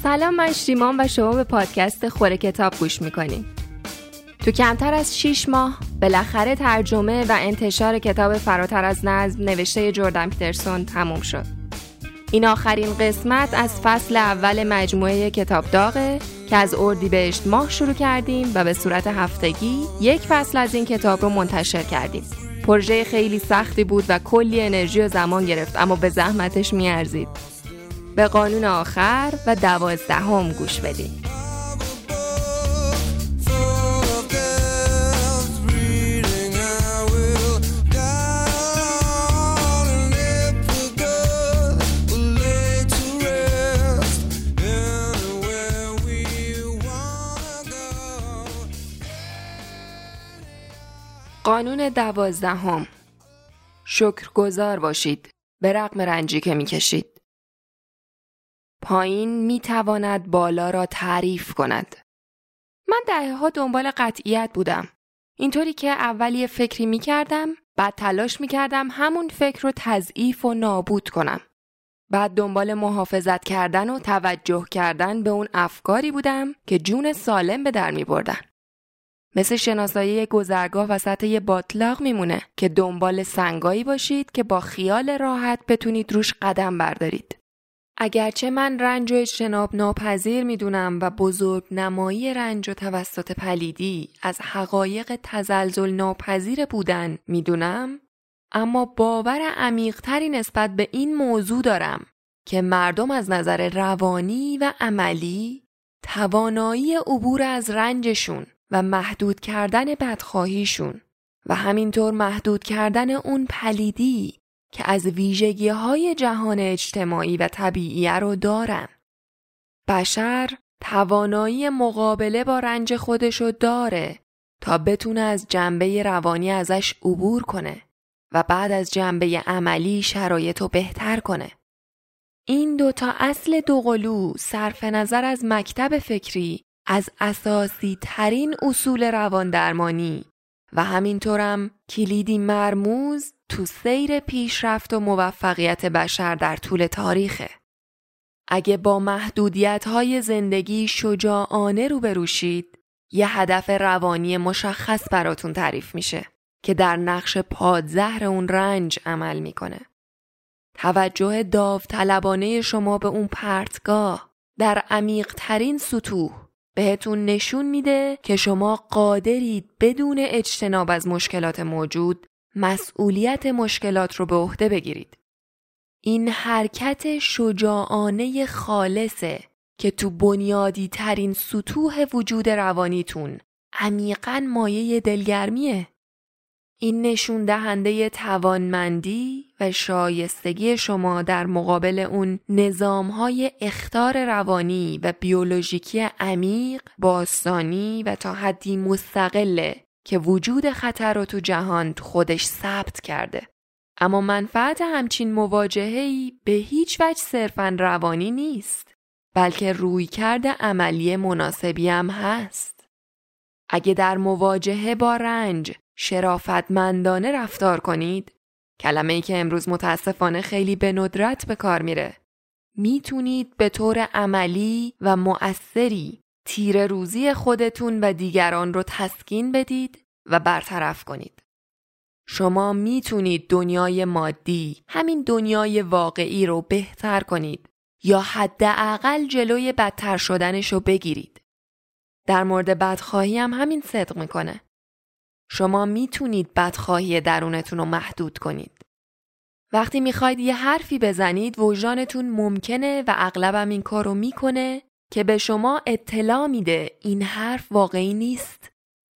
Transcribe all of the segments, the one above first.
سلام، من شیمان و شما به پادکست خوره کتاب گوش میکنین. تو کمتر از 6 ماه بالاخره ترجمه و انتشار کتاب فراتر از نظم نوشته جردن پیترسون تموم شد. این آخرین قسمت از فصل اول مجموعه کتاب داغه که از اردیبهشت ماه شروع کردیم و به صورت هفتگی یک فصل از این کتاب رو منتشر کردیم. پروژه خیلی سختی بود و کلی انرژی و زمان گرفت، اما به زحمتش میارزید. به قانون آخر و 12 گوش بدیم. قانون 12. شکرگزار باشید به رغم رنجی که میکشید. پایین میتواند بالا را تعریف کند. من دهه‌ها دنبال قطعیت بودم. اینطوری که اول یه فکری میکردم، بعد تلاش میکردم همون فکر رو تضعیف و نابود کنم. بعد دنبال محافظت کردن و توجه کردن به اون افکاری بودم که جون سالم به در میبردن. مثل شناسایی گذرگاه وسط یه باطلاق میمونه که دنبال سنگایی باشید که با خیال راحت بتونید روش قدم بردارید. اگرچه من رنج و اجتناب ناپذیر میدونم و بزرگ نمایی رنج و توسط پلیدی از حقایق تزلزل ناپذیر بودن میدونم، اما باور عمیق‌تری نسبت به این موضوع دارم که مردم از نظر روانی و عملی توانایی عبور از رنجشون و محدود کردن بدخواهیشون و همینطور محدود کردن اون پلیدی که از ویژگی‌های جهان اجتماعی و طبیعی رو دارن. بشر توانایی مقابله با رنج خودشو داره تا بتونه از جنبه روانی ازش عبور کنه و بعد از جنبه عملی شرایطو بهتر کنه. این دوتا اصل دوقلو صرف نظر از مکتب فکری از اساسی ترین اصول روان درمانی و همینطورم کلیدی مرموز تو سیر پیشرفت و موفقیت بشر در طول تاریخه. اگه با محدودیت‌های زندگی شجاعانه روبرو شید، یه هدف روانی مشخص براتون تعریف میشه که در نقش پادزهر اون رنج عمل میکنه. توجه داوطلبانه شما به اون پرتگاه در عمیق‌ترین سطوح بهتون نشون میده که شما قادرید بدون اجتناب از مشکلات موجود مسئولیت مشکلات رو به عهده بگیرید. این حرکت شجاعانه خالصه که تو بنیادی ترین سطوح وجود روانیتون عمیقاً مایه دلگرمیه. این نشون دهنده توانمندی و شایستگی شما در مقابل اون نظام‌های اخطار روانی و بیولوژیکی عمیق، باستانی و تا حدی مستقله که وجود خطر رو تو جهان تو خودش ثبت کرده. اما منفعت همچین مواجهه‌ای به هیچ وجه صرفاً روانی نیست، بلکه رویکرد عملی مناسبی هم هست. اگه در مواجهه با رنج شرافتمندانه رفتار کنید، کلمه‌ای که امروز متاسفانه خیلی به ندرت به کار میره، میتونید به طور عملی و مؤثری تیر روزی خودتون و دیگران رو تسکین بدید و برطرف کنید. شما میتونید دنیای مادی، همین دنیای واقعی رو بهتر کنید یا حداقل جلوی بدتر شدنش رو بگیرید. در مورد بدخواهی هم همین صدق میکنه. شما میتونید بدخواهی درونتون رو محدود کنید. وقتی میخواید یه حرفی بزنید، وجدانتون ممکنه و اغلبم این کارو میکنه که به شما اطلاع میده این حرف واقعی نیست.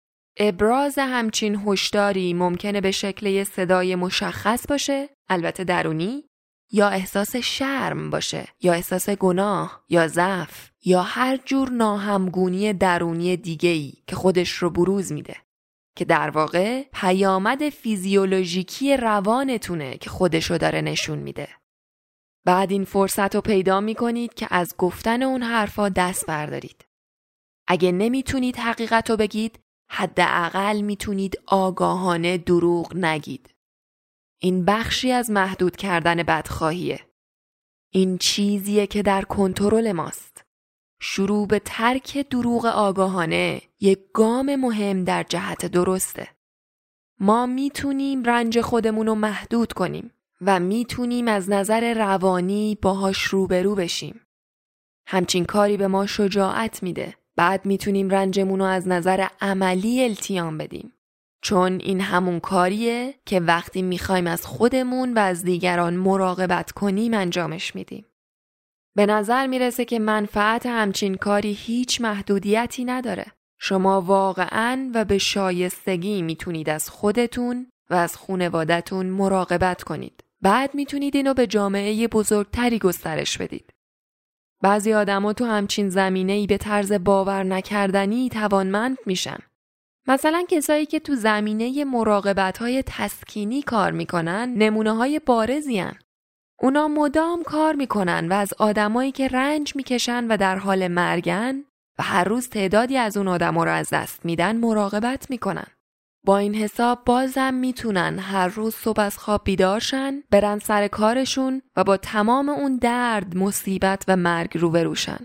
ابراز همچین هشداری ممکنه به شکل یه صدای مشخص باشه، البته درونی، یا احساس شرم باشه، یا احساس گناه، یا ضعف، یا هر جور ناهمگونی درونی دیگه‌ای که خودش رو بروز میده، که در واقع پیامد فیزیولوژیکی روانتونه که خودشو داره نشون میده. بعد این فرصت رو پیدا میکنید که از گفتن اون حرفا دست بردارید. اگه نمیتونید حقیقت رو بگید، حداقل میتونید آگاهانه دروغ نگید. این بخشی از محدود کردن بدخواهیه. این چیزیه که در کنترل ماست. شروع به ترک دروغ آگاهانه یک گام مهم در جهت درسته. ما میتونیم رنج خودمون رو محدود کنیم و میتونیم از نظر روانی باهاش روبرو بشیم. همچین کاری به ما شجاعت میده. بعد میتونیم رنجمون رو از نظر عملی التیام بدیم. چون این همون کاریه که وقتی میخوایم از خودمون و از دیگران مراقبت کنیم انجامش میدیم. به نظر میرسه که منفعت همچین کاری هیچ محدودیتی نداره. شما واقعاً و به شایستگی میتونید از خودتون و از خانواده‌تون مراقبت کنید. بعد میتونید اینو به جامعه بزرگتری گسترش بدید. بعضی آدما تو همچین زمینه‌ای به طرز باور نکردنی توانمند میشن. مثلا کسایی که تو زمینه مراقبت‌های تسکینی کار میکنن نمونه‌های بارزی هن. اونا مدام کار میکنن و از آدمایی که رنج میکشن و در حال مرگن و هر روز تعدادی از اون آدما رو از دست میدن مراقبت میکنن. با این حساب بازم میتونن هر روز صبح از خواب بیدار شن، برن سر کارشون و با تمام اون درد، مصیبت و مرگ روبروشن.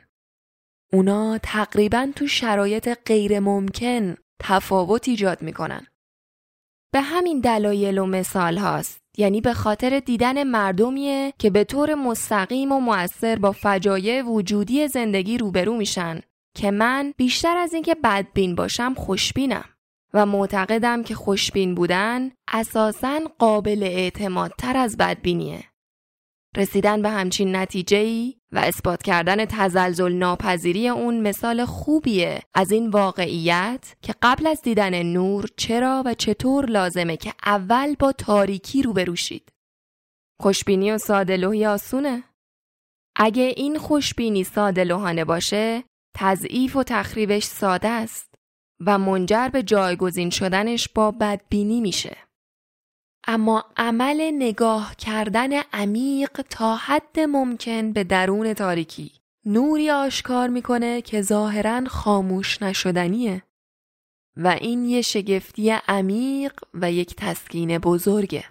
اونا تقریباً تو شرایط غیر ممکن تفاوت ایجاد میکنن. به همین دلایل و مثال هاست. یعنی به خاطر دیدن مردمیه که به طور مستقیم و مؤثر با فجایع وجودی زندگی روبرو میشن که من بیشتر از اینکه بدبین باشم خوشبینم و معتقدم که خوشبین بودن اساساً قابل اعتمادتر از بدبینیه. رسیدن به همچین نتیجه‌ای و اثبات کردن تزلزل ناپذیری اون مثال خوبیه از این واقعیت که قبل از دیدن نور چرا و چطور لازمه که اول با تاریکی روبرو شید. خوشبینی و ساده‌لوحی آسونه. اگه این خوشبینی ساده‌لوحانه باشه، تضعیف و تخریبش ساده است و منجر به جایگزین شدنش با بدبینی میشه. اما عمل نگاه کردن عمیق تا حد ممکن به درون تاریکی نوری آشکار میکنه که ظاهراً خاموش نشدنیه و این یه شگفتی عمیق و یک تسکین بزرگه.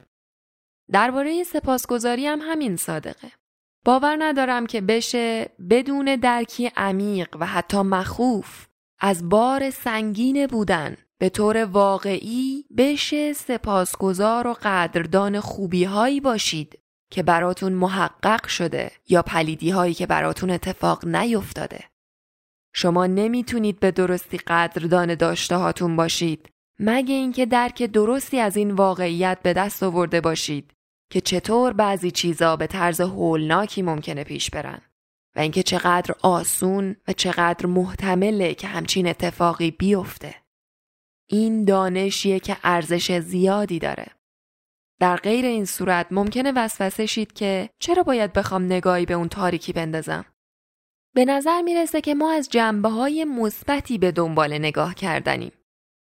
درباره سپاسگزاری هم همین صادقه. باور ندارم که بشه بدون درکی عمیق و حتی مخوف از بار سنگین بودن به طور واقعی بشه سپاسگزار و قدردان خوبی‌هایی باشید که براتون محقق شده یا پلیدی‌هایی که براتون اتفاق نیفتاده. شما نمیتونید به درستی قدردان داشته هاتون باشید مگه اینکه درک درستی از این واقعیت به دست آورده باشید که چطور بعضی چیزا به طرز هولناکی ممکنه پیش برن و اینکه چقدر آسون و چقدر محتمله که همچین اتفاقی بیفته. این دانشیه که ارزش زیادی داره. در غیر این صورت ممکنه وسوسه شید که چرا باید بخوام نگاهی به اون تاریکی بندازم؟ به نظر میرسه که ما از جنبه‌های مثبتی به دنبال نگاه کردنیم.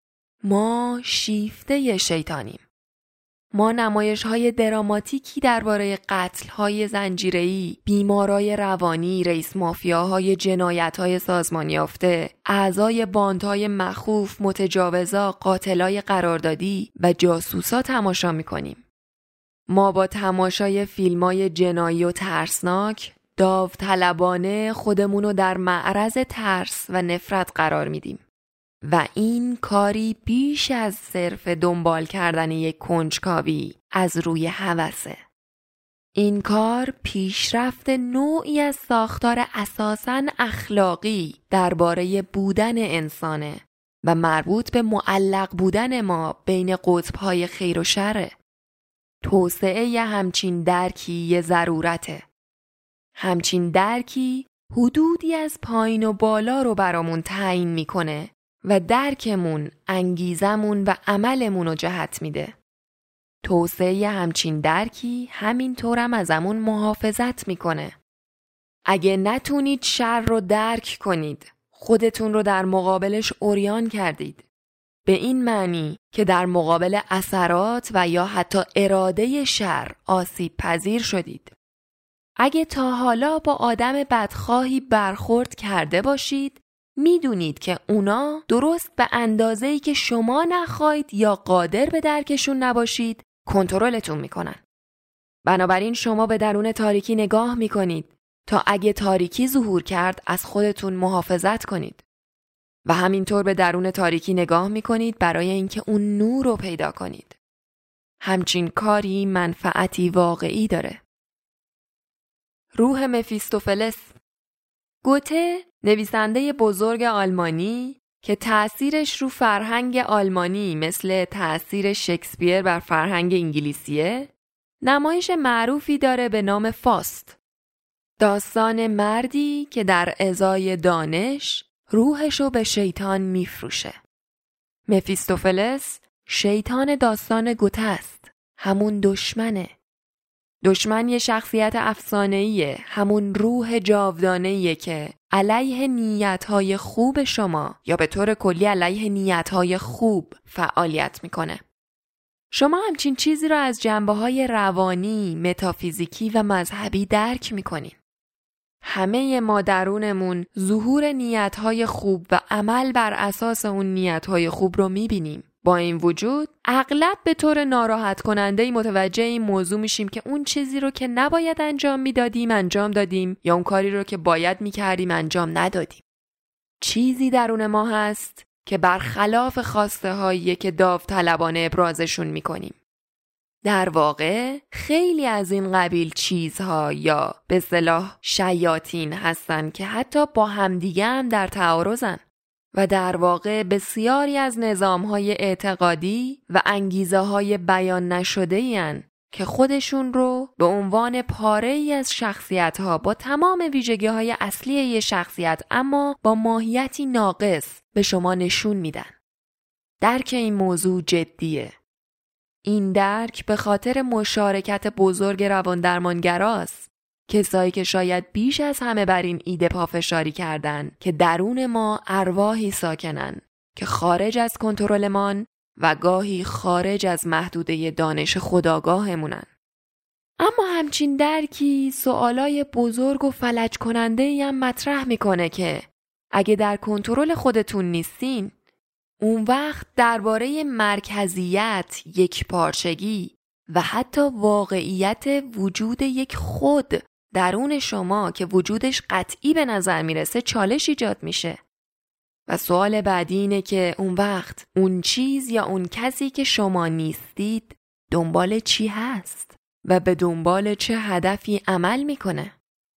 ما شیفته شیطانیم. ما نمایش‌های دراماتیکی درباره قتل‌های زنجیره‌ای، بیمارای روانی، رئیس مافیاهای جنایت‌های سازمان یافته، اعضای باندهای مخوف، متجاوزا، قاتلای قراردادی و جاسوسا تماشا می‌کنیم. ما با تماشای فیلم‌های جنایی و ترسناک، داوطلبانه خودمونو در معرض ترس و نفرت قرار میدیم. و این کاری بیش از صرف دنبال کردن یک کنجکاوی از روی هوسه. این کار پیشرفت نوعی از ساختار اساساً اخلاقی درباره بودن انسانه و مربوط به معلق بودن ما بین قطب‌های خیر و شره. توسعه همچین درکی یه ضرورته. همچین درکی حدودی از پایین و بالا رو برامون تعیین میکنه و درکمون، انگیزمون و عملمون رو جهت میده. توسعه همچین درکی همینطورم ازمون محافظت میکنه. اگه نتونید شر رو درک کنید، خودتون رو در مقابلش عریان کردید. به این معنی که در مقابل اثرات و یا حتی اراده شر آسیب پذیر شدید. اگه تا حالا با آدم بدخواهی برخورد کرده باشید، میدونید که اونا درست به اندازه‌ای که شما نخواید یا قادر به درکشون نباشید کنترلتون میکنن. بنابراین شما به درون تاریکی نگاه میکنید تا اگه تاریکی ظهور کرد از خودتون محافظت کنید. و همینطور به درون تاریکی نگاه میکنید برای اینکه اون نور رو پیدا کنید. همچین کاری منفعتی واقعی داره. روح مفیستوفلس. گوته، نویسنده بزرگ آلمانی که تأثیرش رو فرهنگ آلمانی مثل تأثیر شکسپیر بر فرهنگ انگلیسیه، نمایش معروفی داره به نام فاست. داستان مردی که در ازای دانش روحشو به شیطان میفروشه. مفیستوفلس شیطان داستان گوته است، همون دشمنه. دشمن یه شخصیت افسانه‌ایه، همون روح جاودانه‌ایه که علیه نیت‌های خوب شما یا به طور کلی علیه نیت‌های خوب فعالیت میکنه. شما همچین چیزی رو از جنبه‌های روانی، متافیزیکی و مذهبی درک میکنین. همه ما درونمون ظهور نیت‌های خوب و عمل بر اساس اون نیت‌های خوب رو میبینیم. با این وجود اغلب به طور ناراحت کننده متوجه این موضوع میشیم که اون چیزی رو که نباید انجام میدادیم انجام دادیم یا اون کاری رو که باید میکردیم انجام ندادیم. چیزی درون ما هست که برخلاف خواسته هایی که داوطلبانه ابرازشون میکنیم. در واقع خیلی از این قبیل چیزها یا به اصطلاح شیاطین هستن که حتی با همدیگه هم در تعارضن و در واقع بسیاری از نظامهای اعتقادی و انگیزه‌های بیان نشده‌این که خودشون رو به عنوان پاره‌ای از شخصیت‌ها با تمام ویژگی‌های اصلی یک شخصیت اما با ماهیتی ناقص به شما نشون میدن. درک این موضوع جدیه. این درک به خاطر مشارکت بزرگ رواندرمانگراست. کسایی که شاید بیش از همه بر این ایده پافشاری کردن که درون ما ارواحی ساکنن که خارج از کنترلمان و گاهی خارج از محدوده دانش خودآگاهمونن. اما همچین درکی سوالای بزرگ و فلج کننده‌ای هم مطرح میکنه که اگه در کنترل خودتون نیستین، اون وقت درباره مرکزیت، یکپارچگی و حتی واقعیت وجود یک خود درون شما که وجودش قطعی به نظر میرسه چالش ایجاد میشه. و سوال بعدی اینه که اون وقت اون چیز یا اون کسی که شما نیستید دنبال چی هست و به دنبال چه هدفی عمل میکنه؟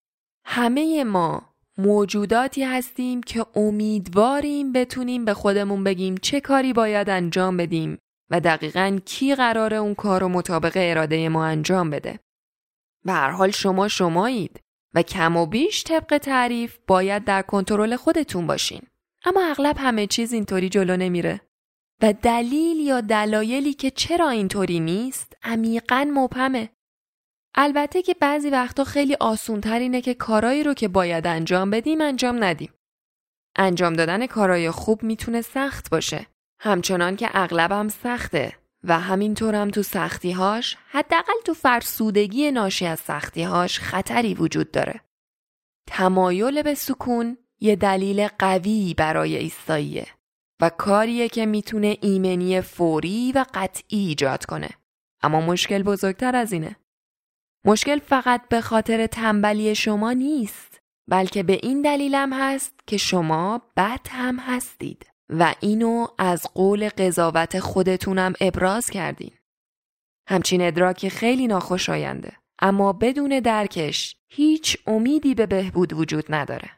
همه ما موجوداتی هستیم که امیدواریم بتونیم به خودمون بگیم چه کاری باید انجام بدیم و دقیقاً کی قراره اون کار رو مطابق اراده ما انجام بده. به هر حال شما شمایید و کم و بیش طبق تعریف باید در کنترل خودتون باشین. اما اغلب همه چیز اینطوری جلو نمیره و دلیل یا دلایلی که چرا اینطوری نیست عمیقاً مبهمه. البته که بعضی وقتا خیلی آسون‌تر اینه که کارایی رو که باید انجام بدیم انجام ندیم. انجام دادن کارای خوب میتونه سخت باشه، همچنان که اغلب هم سخته و همینطور هم تو سختی‌هاش، حداقل تو فرسودگی ناشی از سختی‌هاش خطری وجود داره. تمایل به سکون یه دلیل قوی برای ایستاییه و کاریه که میتونه ایمنی فوری و قطعی ایجاد کنه. اما مشکل بزرگتر از اینه. مشکل فقط به خاطر تنبلی شما نیست، بلکه به این دلیل هم هست که شما بد هم هستید و اینو از قول قضاوت خودتونم ابراز کردین. همچین ادراک خیلی ناخوشاینده، اما بدون درکش هیچ امیدی به بهبود وجود نداره.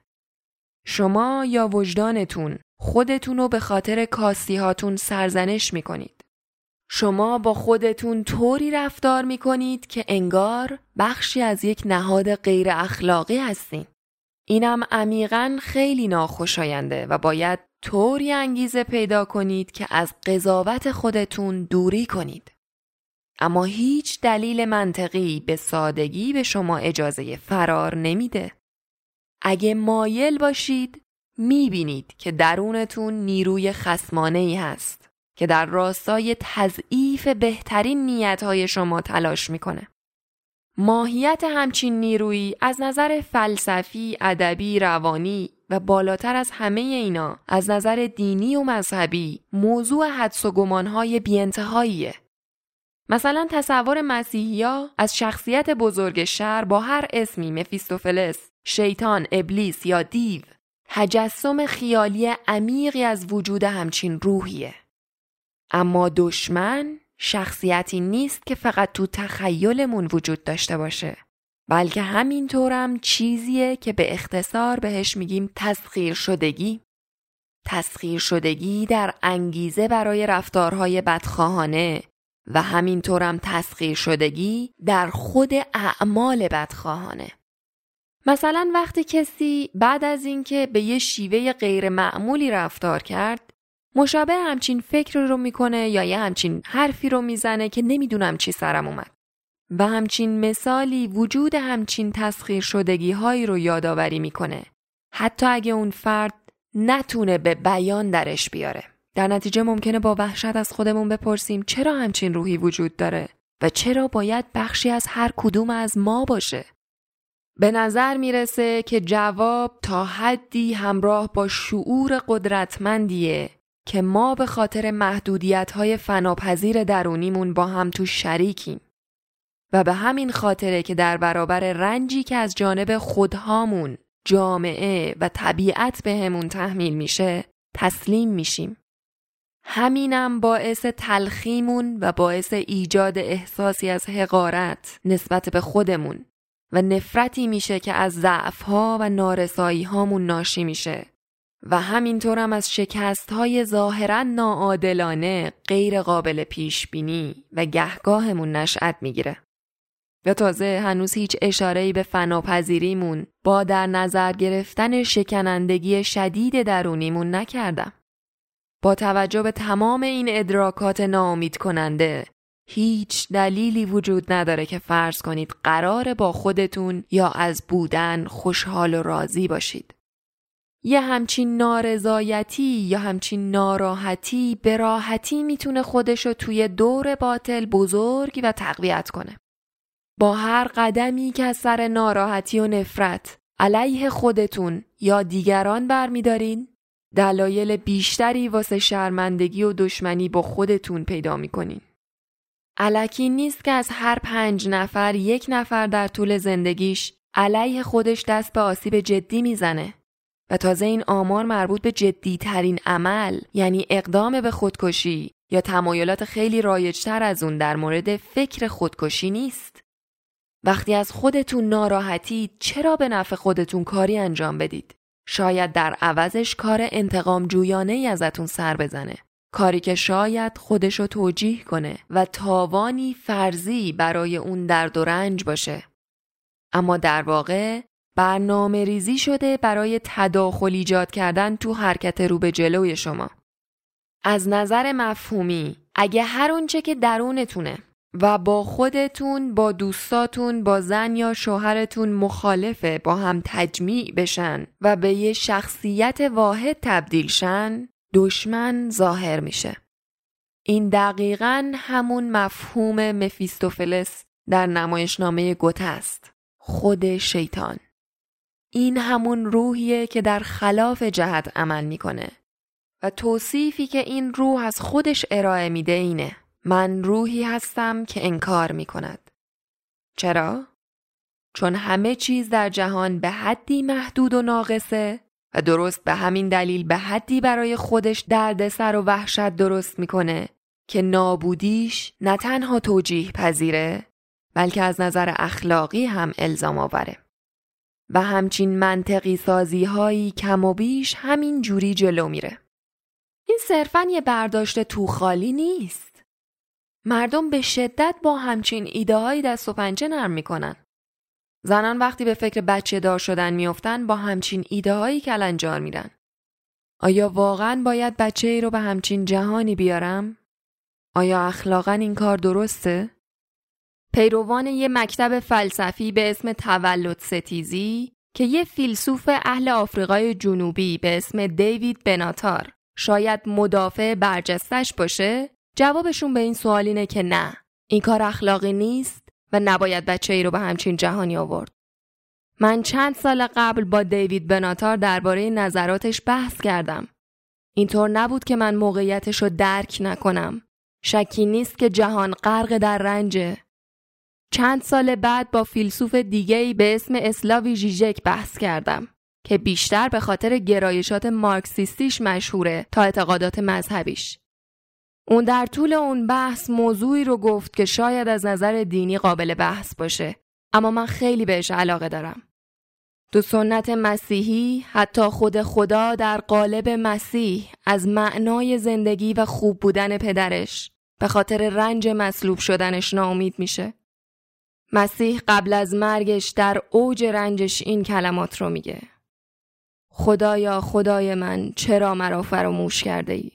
شما یا وجدانتون خودتونو به خاطر کاستی‌هاتون سرزنش میکنید. شما با خودتون طوری رفتار میکنید که انگار بخشی از یک نهاد غیر اخلاقی هستین. اینم عمیقاً خیلی ناخوشاینده و باید طوری انگیزه پیدا کنید که از قضاوت خودتون دوری کنید. اما هیچ دلیل منطقی به سادگی به شما اجازه فرار نمیده. اگه مایل باشید میبینید که درونتون نیروی خصمانه‌ای هست که در راستای تضعیف بهترین نیت‌های شما تلاش میکنه. ماهیت همچین نیرویی از نظر فلسفی، ادبی، روانی و بالاتر از همه اینا از نظر دینی و مذهبی موضوع حدس و گمان‌های بی‌انتهاییه. مثلا تصور مسیحی‌ها از شخصیت بزرگ شر با هر اسمی، مفیستوفلس، شیطان، ابلیس یا دیو تجسم خیالی عمیقی از وجود همچین روحیه. اما دشمن شخصیتی نیست که فقط تو تخیلمون وجود داشته باشه، بلکه همینطورم چیزیه که به اختصار بهش میگیم تسخیر شدگی. تسخیر شدگی در انگیزه برای رفتارهای بدخواهانه و همینطورم تسخیر شدگی در خود اعمال بدخواهانه. مثلا وقتی کسی بعد از اینکه به یه شیوه غیر معمولی رفتار کرد، مشابه همچین فکر رو میکنه یا یه همچین حرفی رو میزنه که نمیدونم چی سرم اومد. و همچین مثالی وجود همچین تسخیر شدگی هایی رو یادآوری میکنه، حتی اگه اون فرد نتونه به بیان درش بیاره. در نتیجه ممکنه با وحشت از خودمون بپرسیم چرا همچین روحی وجود داره و چرا باید بخشی از هر کدوم از ما باشه؟ به نظر میرسه که جواب تا حدی همراه با شعور قدرتمندیه که ما به خاطر محدودیت‌های فناپذیر درونیمون با هم تو شریکیم و به همین خاطره که در برابر رنجی که از جانب خودهامون، جامعه و طبیعت بهمون تحمیل میشه تسلیم میشیم. همینم باعث تلخیمون و باعث ایجاد احساسی از حقارت نسبت به خودمون و نفرتی میشه که از ضعف‌ها و نارسایی‌هامون ناشی میشه و همینطورم از شکست‌های ظاهراً ناعادلانه غیر قابل پیش‌بینی و گهگاهمون نشأت میگیره. و تازه هنوز هیچ اشاره‌ای به فناپذیریمون با در نظر گرفتن شکنندگی شدید درونیمون نکردم. با توجه به تمام این ادراکات ناامید کننده، هیچ دلیلی وجود نداره که فرض کنید قراره با خودتون یا از بودن خوشحال و راضی باشید. یه همچین نارضایتی یا همچین ناراحتی به راحتی میتونه خودشو توی دور باطل بزرگ و تقویت کنه. با هر قدمی که از سر ناراحتی و نفرت علیه خودتون یا دیگران برمیدارین، دلایل بیشتری واسه شرمندگی و دشمنی با خودتون پیدا میکنین. الکی نیست که از هر 5 نفر 1 نفر در طول زندگیش علیه خودش دست به آسیب جدی میزنه و تازه این آمار مربوط به جدی ترین عمل، یعنی اقدام به خودکشی یا تمایلات خیلی رایج‌تر از اون در مورد فکر خودکشی نیست. وقتی از خودتون ناراحتید چرا به نفع خودتون کاری انجام بدید؟ شاید در عوضش کار انتقام جویانه‌ای ازتون سر بزنه. کاری که شاید خودشو توجیه کنه و تاوانی فرضی برای اون درد و رنج باشه. اما در واقع برنامه ریزی شده برای تداخل ایجاد کردن تو حرکت رو به جلوی شما. از نظر مفهومی اگه هر اونچه که درونتونه و با خودتون، با دوستاتون، با زن یا شوهرتون مخالفه با هم تجمیع بشن و به یه شخصیت واحد تبدیل شن، دشمن ظاهر میشه. این دقیقاً همون مفهوم مفیستوفلس در نمایشنامه گوته است. خود شیطان. این همون روحیه که در خلاف جهت عمل میکنه و توصیفی که این روح از خودش ارائه میده اینه: من روحی هستم که انکار میکند. چرا؟ چون همه چیز در جهان به حدی محدود و ناقصه و درست به همین دلیل به حدی برای خودش دردسر و وحشت درست میکنه که نابودیش نه تنها توجیه پذیره بلکه از نظر اخلاقی هم الزام آوره. و همچین منطقی سازی هایی کم و بیش همین جوری جلو میره. این صرفاً یه برداشت توخالی نیست. مردم به شدت با همچین ایده هایی دست و پنجه نرم میکنن. زنان وقتی به فکر بچه دار شدن میافتن با همچین ایده هایی کلنجار میرن. آیا واقعاً باید بچه ای رو به همچین جهانی بیارم؟ آیا اخلاقاً این کار درسته؟ پیروان یه مکتب فلسفی به اسم تولد ستیزی که یه فیلسوف اهل آفریقای جنوبی به اسم دیوید بناتار شاید مدافع برجستش باشه، جوابشون به این سوال اینه که نه، این کار اخلاقی نیست و نباید بچه ای رو به همچین جهانی آورد. من چند سال قبل با دیوید بناتار درباره نظراتش بحث کردم. اینطور نبود که من موقعیتش رو درک نکنم. شکی نیست که جهان غرق در رنجه. چند سال بعد با فیلسوف دیگه‌ای به اسم اسلاوی ژیژک بحث کردم که بیشتر به خاطر گرایشات مارکسیستیش مشهوره تا اعتقادات مذهبیش. اون در طول اون بحث موضوعی رو گفت که شاید از نظر دینی قابل بحث باشه، اما من خیلی بهش علاقه دارم. تو سنت مسیحی حتی خود خدا در قالب مسیح از معنای زندگی و خوب بودن پدرش به خاطر رنج مصلوب شدنش ناامید میشه. مسیح قبل از مرگش در اوج رنجش این کلمات رو میگه: خدایا خدای من چرا مرا فراموش کرده ای؟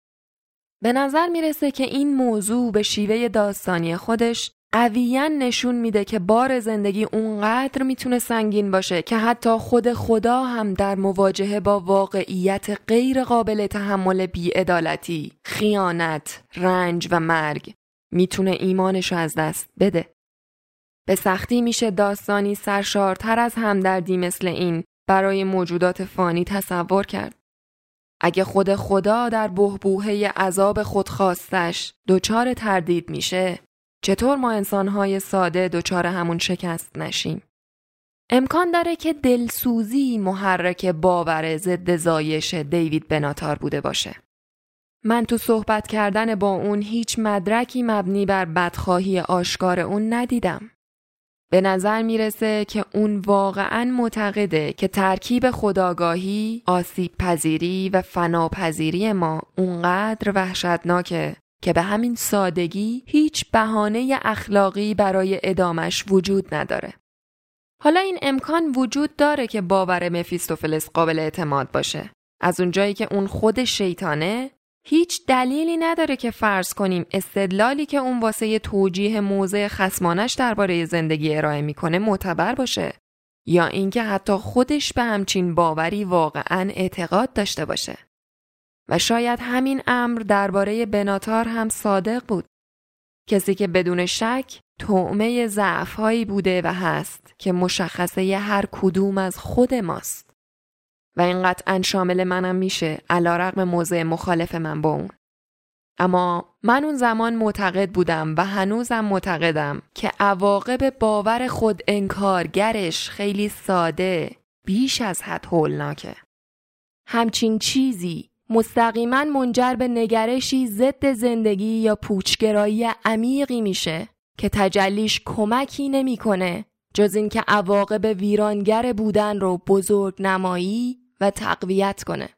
به نظر میرسه که این موضوع به شیوه داستانی خودش قویاً نشون میده که بار زندگی اونقدر میتونه سنگین باشه که حتی خود خدا هم در مواجهه با واقعیت غیر قابل تحمل بی‌عدالتی، خیانت، رنج و مرگ میتونه ایمانشو از دست بده. به سختی میشه داستانی سرشارتر از همدردی مثل این برای موجودات فانی تصور کرد. اگه خود خدا در بحبوحه عذاب خودخواستش دچار تردید میشه، چطور ما انسانهای ساده دچار همون شکست نشیم؟ امکان داره که دلسوزی محرک باور ضد زایش دیوید بناتار بوده باشه. من تو صحبت کردن با اون هیچ مدرکی مبنی بر بدخواهی آشکار اون ندیدم. به نظر میرسه که اون واقعاً معتقده که ترکیب خودآگاهی، آسیب پذیری و فناپذیری ما اونقدر وحشتناکه که به همین سادگی هیچ بهانه اخلاقی برای ادامش وجود نداره. حالا این امکان وجود داره که باور مفیستوفلس قابل اعتماد باشه. از اونجایی که اون خود شیطانه، هیچ دلیلی نداره که فرض کنیم استدلالی که اون واسه توجیه موضع خصمانش درباره زندگی ارائه میکنه معتبر باشه، یا اینکه حتی خودش به همچین باوری واقعاً اعتقاد داشته باشه. و شاید همین امر درباره بناتار هم صادق بود. کسی که بدون شک طعمه ضعف‌هایی بوده و هست که مشخصه هر کدوم از خود ماست. و این قطعاً شامل منم میشه علیرغم موضع مخالف من با اون. اما من اون زمان معتقد بودم و هنوزم معتقدم که عواقب باور خود انکارگرش خیلی ساده، بیش از حد هولناکه. همچین چیزی مستقیما منجر به نگرشی ضد زندگی یا پوچگرایی عمیقی میشه که تجلیش کمکی نمیکنه جز این که عواقب ویرانگر بودن رو بزرگ نمایی و تقویت کنه.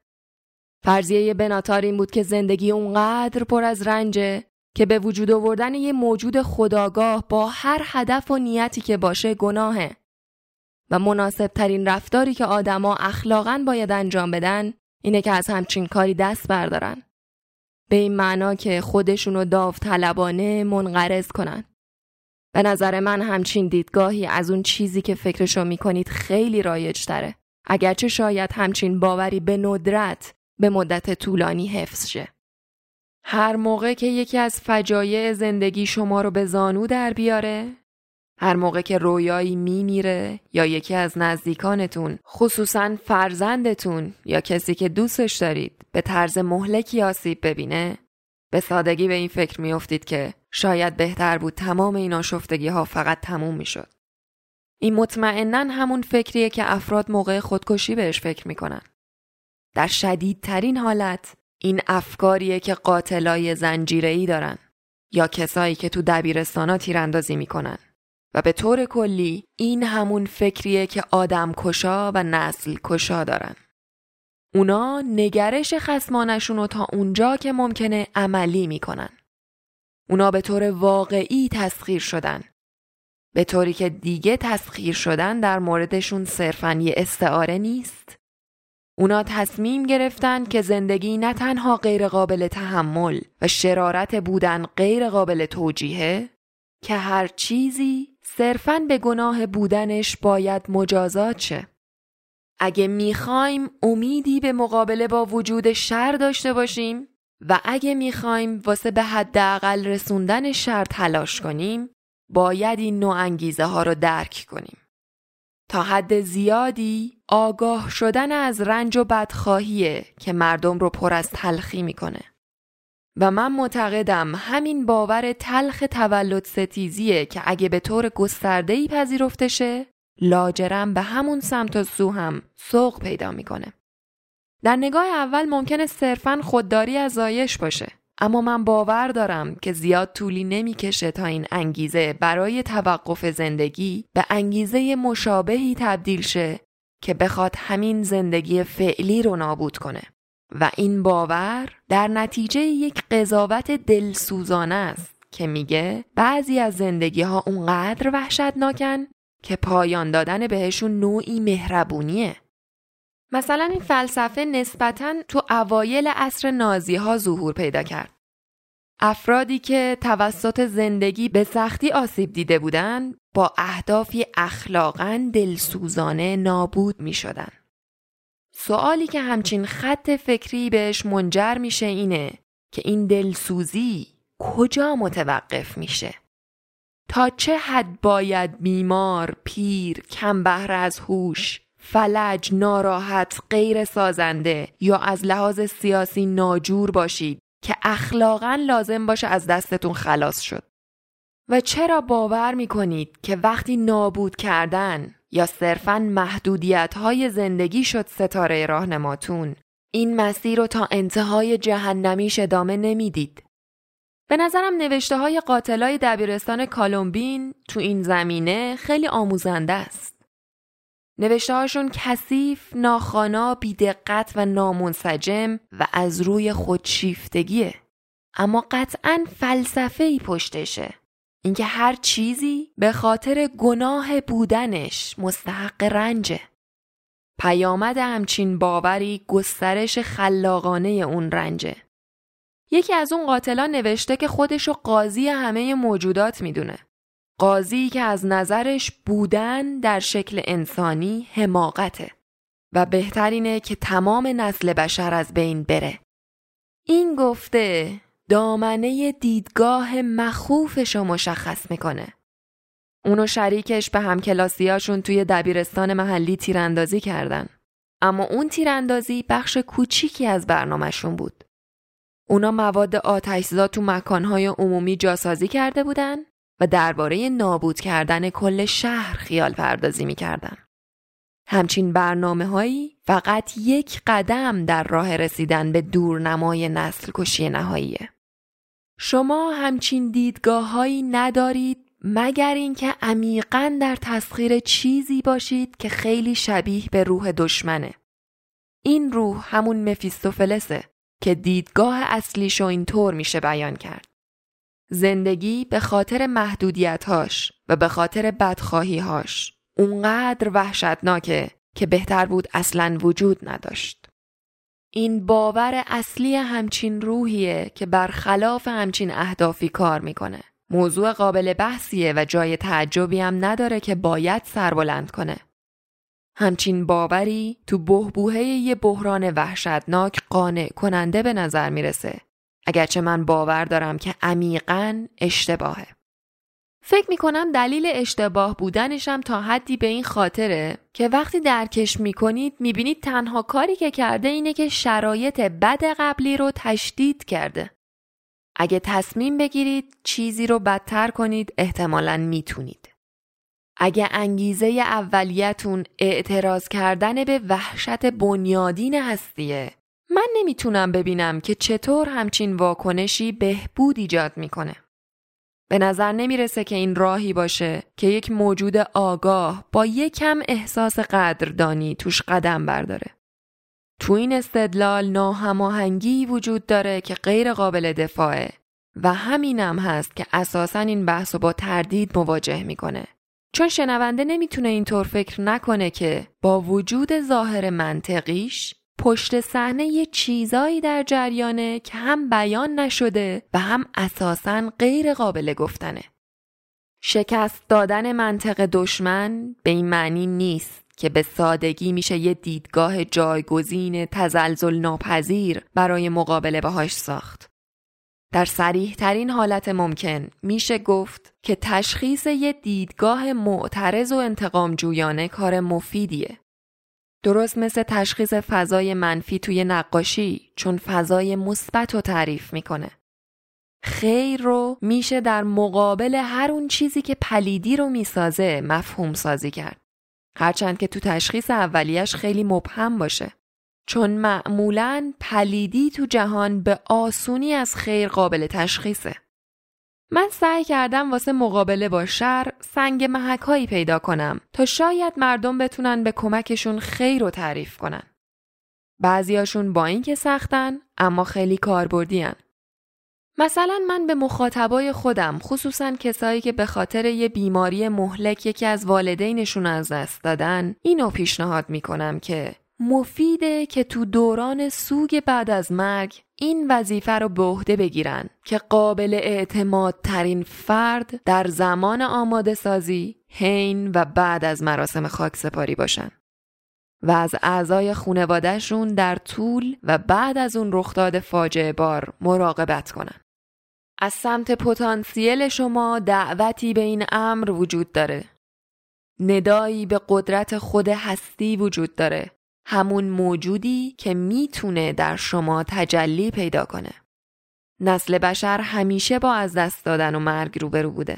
فرضیه بناتار این بود که زندگی اونقدر پر از رنجه که به وجود آوردن یه موجود خودآگاه با هر هدف و نیتی که باشه گناهه و مناسب ترین رفتاری که آدما اخلاقاً باید انجام بدن اینه که از همچین کاری دست بردارن، به این معنا که خودشونو داوطلبانه منقرض کنن. به نظر من همچین دیدگاهی از اون چیزی که فکرشو میکنید خیلی رایج تره، اگرچه شاید همچین باوری به ندرت به مدت طولانی حفظ شه. هر موقع که یکی از فجایع زندگی شما رو به زانو در بیاره، هر موقع که رویایی میمیره یا یکی از نزدیکانتون، خصوصاً فرزندتون یا کسی که دوستش دارید، به طرز مهلکی آسیب ببینه، به سادگی به این فکر میافتید که شاید بهتر بود تمام این آشفتگی ها فقط تموم میشد. این مطمئناً همون فکریه که افراد موقع خودکشی بهش فکر میکنن. در شدیدترین حالت این افکاریه که قاتلای زنجیره‌ای دارن یا کسایی که تو دبیرستانا تیراندازی میکنن و به طور کلی این همون فکریه که آدم کشا و نسل کشا دارن. اونا نگرش خصمانشونو تا اونجا که ممکنه عملی میکنن. اونا به طور واقعی تسخیر شدن، به طوری که دیگه تسخیر شدن در موردشون صرفاً یه استعاره نیست. اونا تصمیم گرفتن که زندگی نه تنها غیر قابل تحمل و شرارت بودن غیر قابل توجیهه، که هر چیزی صرفاً به گناه بودنش باید مجازات شه. اگه میخوایم امیدی به مقابله با وجود شر داشته باشیم و اگه میخوایم واسه به حداقل رسوندن شر تلاش کنیم، باید این نوع انگیزه ها رو درک کنیم. تا حد زیادی آگاه شدن از رنج و بدخواهیه که مردم رو پر از تلخی میکنه. و من معتقدم همین باور تلخ تولد ستیزیه که اگه به طور گسترده‌ای پذیرفته شه، لاجرم به همون سمت و سو هم سوق پیدا میکنه. در نگاه اول ممکنه صرفاً خودداری از زایش باشه، اما من باور دارم که زیاد طولی نمیکشه تا این انگیزه برای توقف زندگی به انگیزه مشابهی تبدیل شه که بخواد همین زندگی فعلی رو نابود کنه. و این باور در نتیجه یک قضاوت دلسوزانه است که میگه بعضی از زندگی ها اونقدر وحشتناکن که پایان دادن بهشون نوعی مهربونیه. مثلا این فلسفه نسبتاً تو اوایل عصر نازی ها ظهور پیدا کرد. افرادی که توسط زندگی به سختی آسیب دیده بودن با اهدافی اخلاقاً دلسوزانه نابود می شدن. سوالی که همچین خط فکری بهش منجر میشه اینه که این دلسوزی کجا متوقف میشه؟ تا چه حد باید بیمار، پیر، کم بهره از هوش، فلج، ناراحت، غیر سازنده یا از لحاظ سیاسی ناجور باشید که اخلاقاً لازم باشه از دستتون خلاص شد؟ و چرا باور میکنید که وقتی نابود کردن یا صرفاً محدودیت‌های زندگی شد ستاره راهنماتون، این مسیر رو تا انتهای جهنمیش ادامه نمیدید؟ به نظرم نوشته‌های قاتلای دبیرستان کالومبین تو این زمینه خیلی آموزنده است. نوشته‌هاشون کثیف، ناخوانا، بی‌دقت و نامنسجم و از روی خودشیفتگیه، اما قطعاً فلسفه‌ای پشتشه. اینکه هر چیزی به خاطر گناه بودنش مستحق رنجه. پیامد همچین باوری گسترش خلاقانه اون رنجه. یکی از اون قاتلان نوشته که خودشو قاضی همه موجودات میدونه. قاضی که از نظرش بودن در شکل انسانی حماقته و بهترینه که تمام نسل بشر از بین بره. این گفته دامنه دیدگاه مخوفشو مشخص میکنه. اونو شریکش به همکلاسیاشون توی دبیرستان محلی تیراندازی کردن. اما اون تیراندازی بخش کوچیکی از برنامه‌شون بود. اونا مواد آتش‌زا تو مکانهای عمومی جاسازی کرده بودن و درباره نابود کردن کل شهر خیال پردازی میکردن. همچین برنامه‌هایی فقط یک قدم در راه رسیدن به دورنمای نسل کشی نهاییه. شما همچین دیدگاه‌هایی ندارید مگر اینکه عمیقاً در تسخیر چیزی باشید که خیلی شبیه به روح دشمنه. این روح همون مفیستوفلسه که دیدگاه اصلیشو اینطور میشه بیان کرد. زندگی به خاطر محدودیت‌هاش و به خاطر بدخواهی‌هاش اونقدر وحشتناکه که بهتر بود اصلاً وجود نداشت. این باور اصلی همچین روحیه که برخلاف همچین اهدافی کار میکنه. موضوع قابل بحثیه و جای تعجبی هم نداره که باید سربلند کنه. همچین باوری تو بحبوحه یه بحران وحشتناک قانع کننده به نظر میرسه، اگرچه من باور دارم که عمیقاً اشتباهه. فکر میکنم دلیل اشتباه بودنشم تا حدی به این خاطره که وقتی درکش میکنید میبینید تنها کاری که کرده اینه که شرایط بد قبلی رو تشدید کرده. اگه تصمیم بگیرید چیزی رو بدتر کنید احتمالاً میتونید. اگه انگیزه اولیتون اعتراض کردن به وحشت بنیادین هستیه، من نمیتونم ببینم که چطور همچین واکنشی بهبود ایجاد میکنه. به نظر نمیرسه که این راهی باشه که یک موجود آگاه با یکم احساس قدردانی توش قدم برداره. تو این استدلال ناهماهنگی وجود داره که غیر قابل دفاعه و همینم هست که اساساً این بحثو با تردید مواجه میکنه. چون شنونده نمیتونه اینطور فکر نکنه که با وجود ظاهر منطقیش پشت صحنه یه چیزایی در جریانه که هم بیان نشده و هم اساساً غیر قابل گفتنه. شکست دادن منطق دشمن به این معنی نیست که به سادگی میشه یه دیدگاه جایگزین تزلزل ناپذیر برای مقابله باهاش ساخت. در صریح ترین حالت ممکن میشه گفت که تشخیص یه دیدگاه معترض و انتقام جویانه کار مفیدیه. درست مثل تشخیص فضای منفی توی نقاشی، چون فضای مثبت رو تعریف میکنه. خیر رو میشه در مقابل هر اون چیزی که پلیدی رو میسازه مفهوم سازی کرد. هرچند که تو تشخیص اولیش خیلی مبهم باشه. چون معمولاً پلیدی تو جهان به آسونی از خیر قابل تشخیصه. من سعی کردم واسه مقابله با شر سنگ محکایی پیدا کنم تا شاید مردم بتونن به کمکشون خیر رو تعریف کنن. بعضیاشون با این که سختن اما خیلی کاربردی‌ان. مثلا من به مخاطبای خودم، خصوصاً کسایی که به خاطر یه بیماری مهلک یکی از والدینشون از دست دادن، اینو پیشنهاد میکنم که مفیده که تو دوران سوگ بعد از مرگ این وظیفه رو به عهده بگیرن که قابل اعتماد ترین فرد در زمان آماده سازی، حین و بعد از مراسم خاکسپاری باشن و از اعضای خانواده‌شون در طول و بعد از اون رخداد فاجعه بار مراقبت کنن. از سمت پتانسیل شما دعوتی به این امر وجود داره. ندایی به قدرت خود هستی وجود داره. همون موجودی که میتونه در شما تجلی پیدا کنه. نسل بشر همیشه با از دست دادن و مرگ روبرو بوده.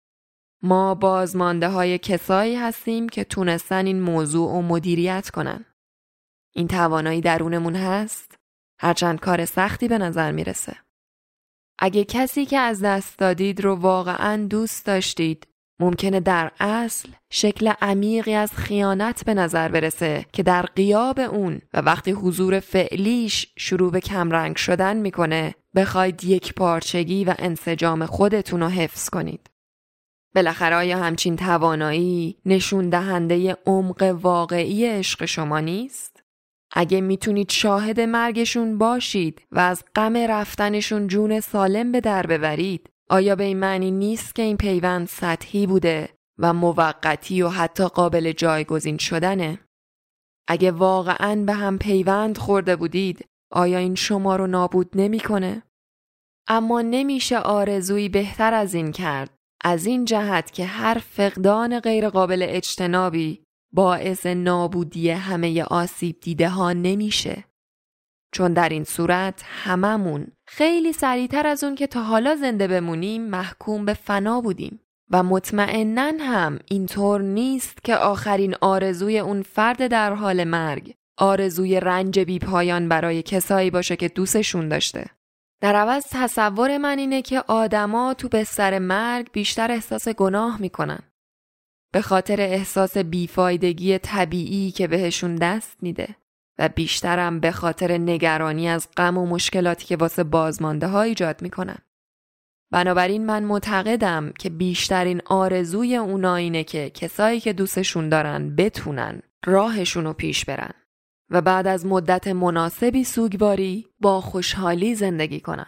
ما بازمانده های کسایی هستیم که تونستن این موضوع رو مدیریت کنن. این توانایی درونمون هست، هرچند کار سختی به نظر میرسه. اگه کسی که از دست دادید رو واقعاً دوست داشتید، ممکنه در اصل شکل عمیقی از خیانت به نظر برسه که در غیاب اون و وقتی حضور فعلیش شروع به کمرنگ شدن میکنه، بخواید یک پارچگی و انسجام خودتون رو حفظ کنید. بالاخره آیا همچین توانایی نشون دهنده عمق واقعی عشق شما نیست؟ اگه میتونید شاهد مرگشون باشید و از غم رفتنشون جون سالم به در ببرید، آیا به این معنی نیست که این پیوند سطحی بوده و موقتی و حتی قابل جایگزین شدنه؟ اگه واقعاً به هم پیوند خورده بودید، آیا این شما رو نابود نمی کنه؟ اما نمیشه آرزویی بهتر از این کرد، از این جهت که هر فقدان غیر قابل اجتنابی باعث نابودی همه آسیب دیده ها نمیشه. چون در این صورت هممون خیلی سریعتر از اون که تا حالا زنده بمونیم محکوم به فنا بودیم و مطمئناً هم اینطور نیست که آخرین آرزوی اون فرد در حال مرگ آرزوی رنج بی پایان برای کسایی باشه که دوستشون داشته. در عوض تصور من اینه که آدما تو بستر مرگ بیشتر احساس گناه میکنن به خاطر احساس بیفایدگی طبیعی که بهشون دست میده و بیشترم به خاطر نگرانی از غم و مشکلاتی که واسه بازمانده ها ایجاد میکنن. بنابراین من معتقدم که بیشترین آرزوی اونا اینه که کسایی که دوستشون دارن بتونن راهشونو پیش برن و بعد از مدت مناسبی سوگواری با خوشحالی زندگی کنن.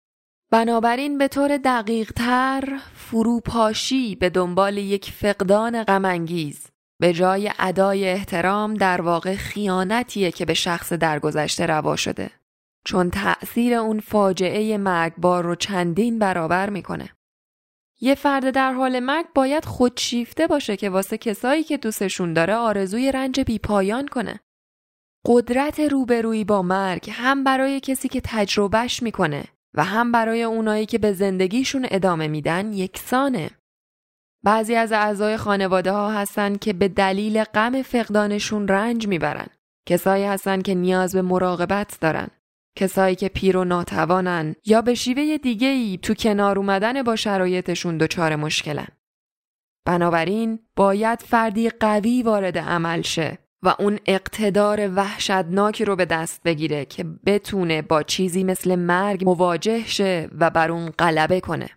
بنابراین به طور دقیق تر فروپاشی به دنبال یک فقدان غم‌انگیز به جای ادای احترام در واقع خیانتیه که به شخص درگذشته روا شده، چون تأثیر اون فاجعه مرگبار رو چندین برابر میکنه. یه فرد در حال مرگ باید خودشیفته باشه که واسه کسایی که دوستشون داره آرزوی رنج بی پایان کنه. قدرت روبرویی با مرگ هم برای کسی که تجربهش میکنه و هم برای اونایی که به زندگیشون ادامه میدن یکسانه. بعضی از اعضای خانواده ها هستن که به دلیل غم فقدانشون رنج میبرن. کسایی هستن که نیاز به مراقبت دارن. کسایی که پیر و ناتوانن یا به شیوه دیگه‌ای تو کنار اومدن با شرایطشون دچار مشکلن. بنابراین باید فردی قوی وارد عمل شه و اون اقتدار وحشتناکی رو به دست بگیره که بتونه با چیزی مثل مرگ مواجه شه و بر اون غلبه کنه.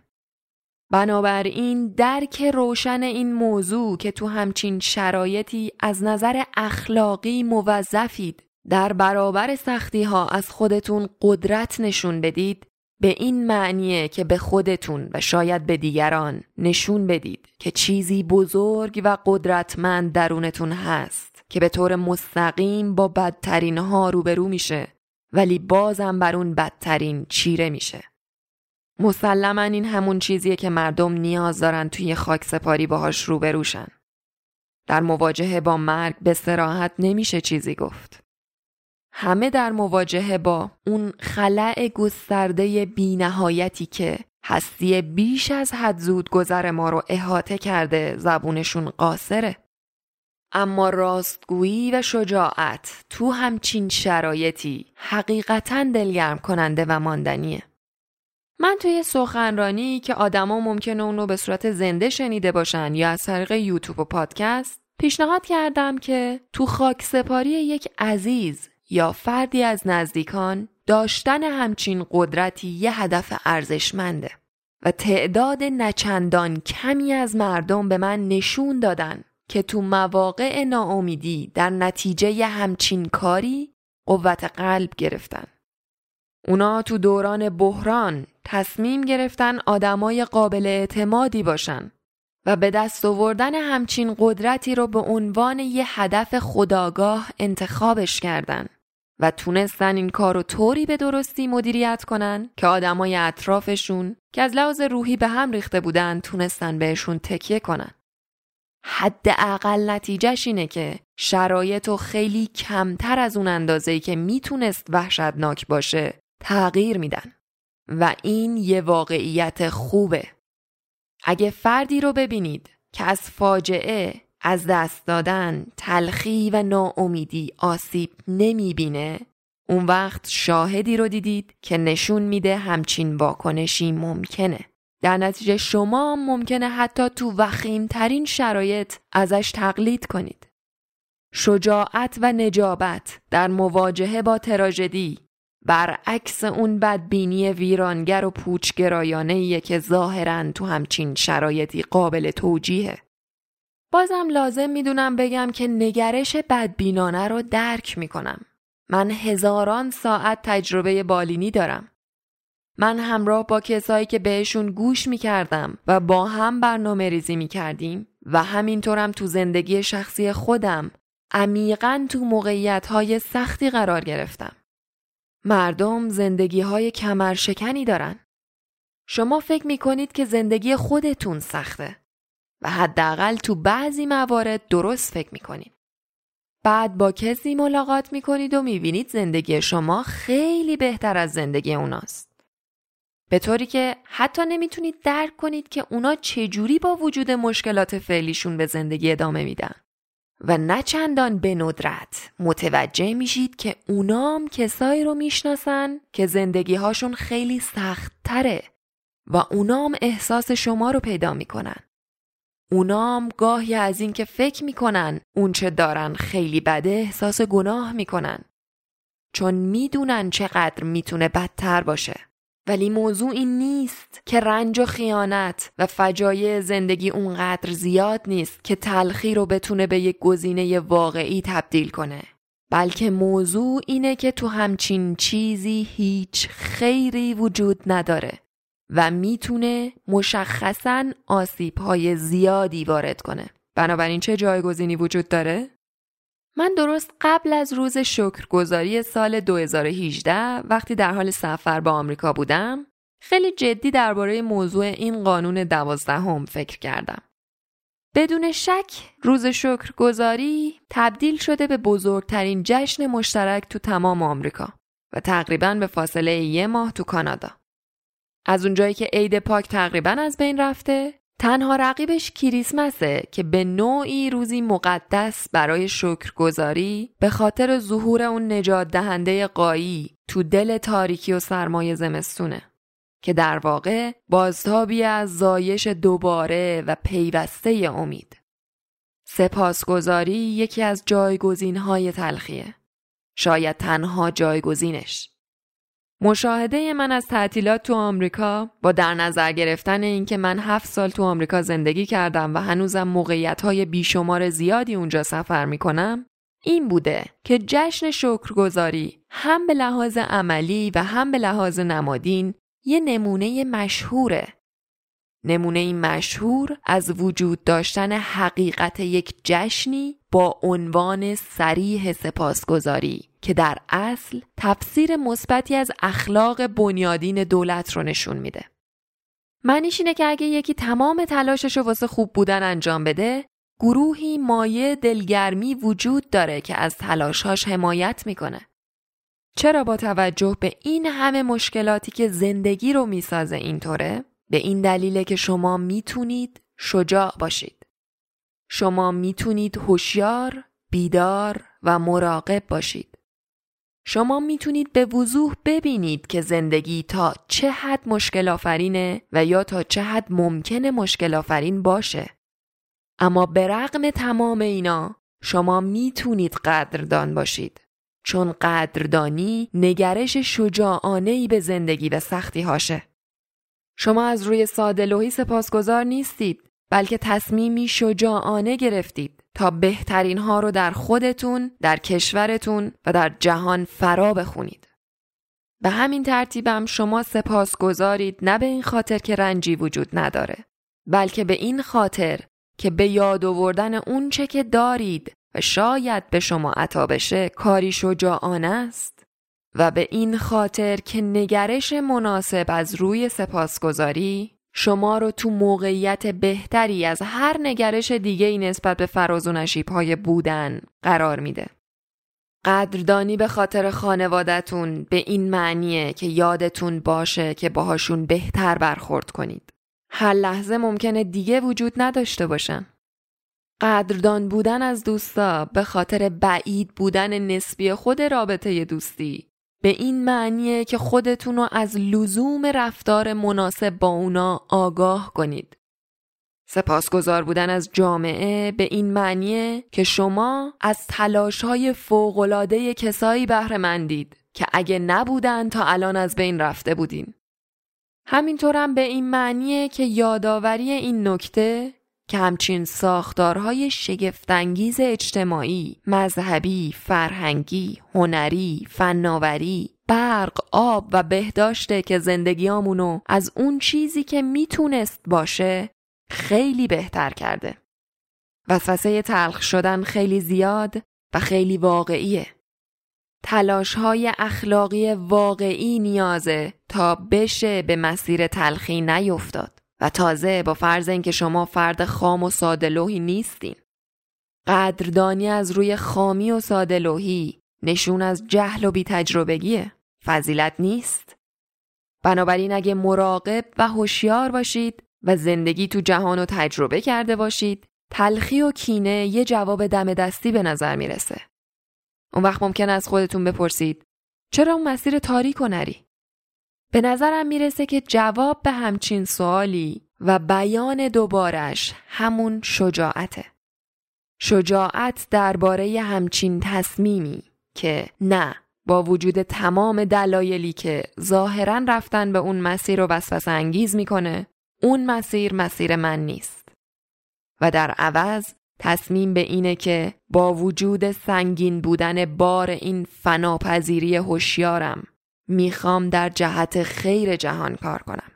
بنابراین درک روشن این موضوع که تو همچین شرایطی از نظر اخلاقی موظفید در برابر سختی ها از خودتون قدرت نشون بدید، به این معنیه که به خودتون و شاید به دیگران نشون بدید که چیزی بزرگ و قدرتمند درونتون هست که به طور مستقیم با بدترین ها روبرو میشه ولی بازم بر اون بدترین چیره میشه. مسلماً این همون چیزیه که مردم نیاز دارن توی خاکسپاری باهاش روبروشن. در مواجهه با مرگ به صراحت نمیشه چیزی گفت. همه در مواجهه با اون خلأ گسترده بی‌نهایتی که هستی بیش از حد زودگذر ما رو احاطه کرده زبونشون قاصره. اما راستگویی و شجاعت تو همچین شرایطی حقیقتاً دلگرم کننده و ماندنیه. من توی سخنرانی که آدما ممکنه اونو به صورت زنده شنیده باشن یا از طریق یوتیوب و پادکست پیشنهاد کردم که تو خاکسپاری یک عزیز یا فردی از نزدیکان داشتن همچین قدرتی یه هدف ارزشمنده و تعداد نچندان کمی از مردم به من نشون دادن که تو مواقع ناامیدی در نتیجه همچین کاری قوت قلب گرفتن. اونا تو دوران بحران تصمیم گرفتن آدمای قابل اعتمادی باشن و به دست آوردن همچین قدرتی رو به عنوان یه هدف خودآگاه انتخابش کردن و تونستن این کارو طوری به درستی مدیریت کنن که آدمای اطرافشون که از لحاظ روحی به هم ریخته بودن تونستن بهشون تکیه کنن. حداقل نتیجهش اینه که شرایطو خیلی کمتر از اون اندازه‌ای که میتونست وحشتناک باشه تغییر میدن و این یه واقعیت خوبه. اگه فردی رو ببینید که از فاجعه، از دست دادن، تلخی و ناامیدی آسیب نمیبینه، اون وقت شاهدی رو دیدید که نشون میده همچین واکنشی ممکنه. در نتیجه شما ممکنه حتی تو وخیم‌ترین شرایط ازش تقلید کنید. شجاعت و نجابت در مواجهه با تراژدی برعکس اون بدبینی ویرانگر و پوچگرایانه‌ایه که ظاهراً تو همچین شرایطی قابل توجیهه. بازم لازم میدونم بگم که نگرش بدبینانه رو درک میکنم. من هزاران ساعت تجربه بالینی دارم. من همراه با کسایی که بهشون گوش میکردم و با هم برنامه ریزی میکردیم و همینطورم تو زندگی شخصی خودم عمیقاً تو موقعیت‌های سختی قرار گرفتم. مردم زندگی‌های کمرشکنی دارن. شما فکر میکنید که زندگی خودتون سخته و حداقل تو بعضی موارد درست فکر میکنید. بعد با کسی ملاقات میکنید و میبینید زندگی شما خیلی بهتر از زندگی اوناست. به طوری که حتی نمیتونید درک کنید که اونا چجوری با وجود مشکلات فعلیشون به زندگی ادامه میدن. و نه چندان به ندرت متوجه میشید که اونام کسایی رو میشناسن که زندگی هاشون خیلی سخت تره و اونام احساس شما رو پیدا میکنن. اونام گاهی از این که فکر میکنن اون چه دارن خیلی بده احساس گناه میکنن، چون میدونن چقدر میتونه بدتر باشه. ولی موضوع این نیست که رنج و خیانت و فجایع زندگی اونقدر زیاد نیست که تلخی رو بتونه به یک گزینه واقعی تبدیل کنه، بلکه موضوع اینه که تو همچین چیزی هیچ خیری وجود نداره و میتونه مشخصاً آسیب‌های زیادی وارد کنه. بنابراین چه جایگزینی وجود داره؟ من درست قبل از روز شکرگزاری سال 2018 وقتی در حال سفر به آمریکا بودم خیلی جدی درباره موضوع این قانون 12 فکر کردم. بدون شک روز شکرگزاری تبدیل شده به بزرگترین جشن مشترک تو تمام آمریکا و تقریباً به فاصله 1 ماه تو کانادا. از اونجایی که عید پاک تقریباً از بین رفته، تنها رقیبش کریسمسه که به نوعی روزی مقدس برای شکرگزاری به خاطر ظهور اون نجات دهنده غایی تو دل تاریکی و سرمای زمستونه که در واقع بازتابی از زایش دوباره و پیوسته امید. سپاسگزاری یکی از جایگزین‌های تلخیه، شاید تنها جایگزینش. مشاهده من از تعطیلات تو آمریکا با در نظر گرفتن اینکه من 7 سال تو آمریکا زندگی کردم و هنوزم موقعیت‌های بیشمار زیادی اونجا سفر می‌کنم این بوده که جشن شکرگزاری هم به لحاظ عملی و هم به لحاظ نمادین یه نمونه مشهوره. نمونه مشهور از وجود داشتن حقیقت یک جشنی با عنوان صریح سپاسگزاری که در اصل تفسیر مثبتی از اخلاق بنیادین دولت رو نشون میده. معنیش اینه که اگه یکی تمام تلاشش رو واسه خوب بودن انجام بده، گروهی مایه دلگرمی وجود داره که از تلاشهاش حمایت میکنه. چرا با توجه به این همه مشکلاتی که زندگی رو میسازه اینطوره؟ به این دلیله که شما میتونید شجاع باشید. شما میتونید هوشیار، بیدار و مراقب باشید. شما میتونید به وضوح ببینید که زندگی تا چه حد مشکل آفرینه و یا تا چه حد ممکنه مشکل آفرین باشه. اما به رغم تمام اینا شما میتونید قدردان باشید. چون قدردانی نگرش شجاعانه‌ای به زندگی و سختی هاشه. شما از روی ساده‌لوحی سپاسگزار نیستید، بلکه تصمیمی شجاعانه گرفتید تا بهترین ها رو در خودتون، در کشورتون و در جهان فرا بخونید. به همین ترتیبم شما سپاسگزارید نه به این خاطر که رنجی وجود نداره، بلکه به این خاطر که به یاد آوردن اون چه که دارید و شاید به شما عطا بشه کاری شجاعانه است و به این خاطر که نگرش مناسب از روی سپاسگزاری شما رو تو موقعیت بهتری از هر نگرش دیگه‌ای نسبت به فراز و نشیب‌های بودن قرار میده. قدردانی به خاطر خانواده‌تون به این معنیه که یادتون باشه که باهاشون بهتر برخورد کنید. هر لحظه ممکنه دیگه وجود نداشته باشن. قدردان بودن از دوستا به خاطر بعید بودن نسبی خود رابطه دوستی به این معنیه که خودتون رو از لزوم رفتار مناسب با اونا آگاه کنید. سپاسگزار بودن از جامعه به این معنیه که شما از تلاش‌های فوق‌العاده کسایی بهره مندید که اگه نبودن تا الان از بین رفته بودین. همینطورم به این معنیه که یادآوری این نکته که همچین ساختارهای شگفت‌انگیز اجتماعی، مذهبی، فرهنگی، هنری، فناوری، برق، آب و بهداشته که زندگیامونو از اون چیزی که میتونست باشه خیلی بهتر کرده. وسوسه تلخ شدن خیلی زیاد و خیلی واقعیه. تلاش‌های اخلاقی واقعی نیازه تا بشه به مسیر تلخی نیفتاد. و تازه با فرض اینکه شما فرد خام و ساده‌لوحی نیستین. قدردانی از روی خامی و ساده‌لوحی نشون از جهل و بی‌تجربگیه، فضیلت نیست. بنابراین اگه مراقب و هوشیار باشید و زندگی تو جهانو تجربه کرده باشید، تلخی و کینه یه جواب دم دستی به نظر میرسه. اون وقت ممکنه از خودتون بپرسید چرا اون مسیر تاریک و نری؟ به نظرم میرسه که جواب به همچین سوالی و بیان دوبارش همون شجاعته. شجاعت درباره همچین تصمیمی که نه با وجود تمام دلایلی که ظاهراً رفتن به اون مسیر رو وسوسه انگیز میکنه، اون مسیر من نیست. و در عوض تصمیم به اینه که با وجود سنگین بودن بار این فناپذیری هوشیارم میخوام در جهت خیر جهان کار کنم.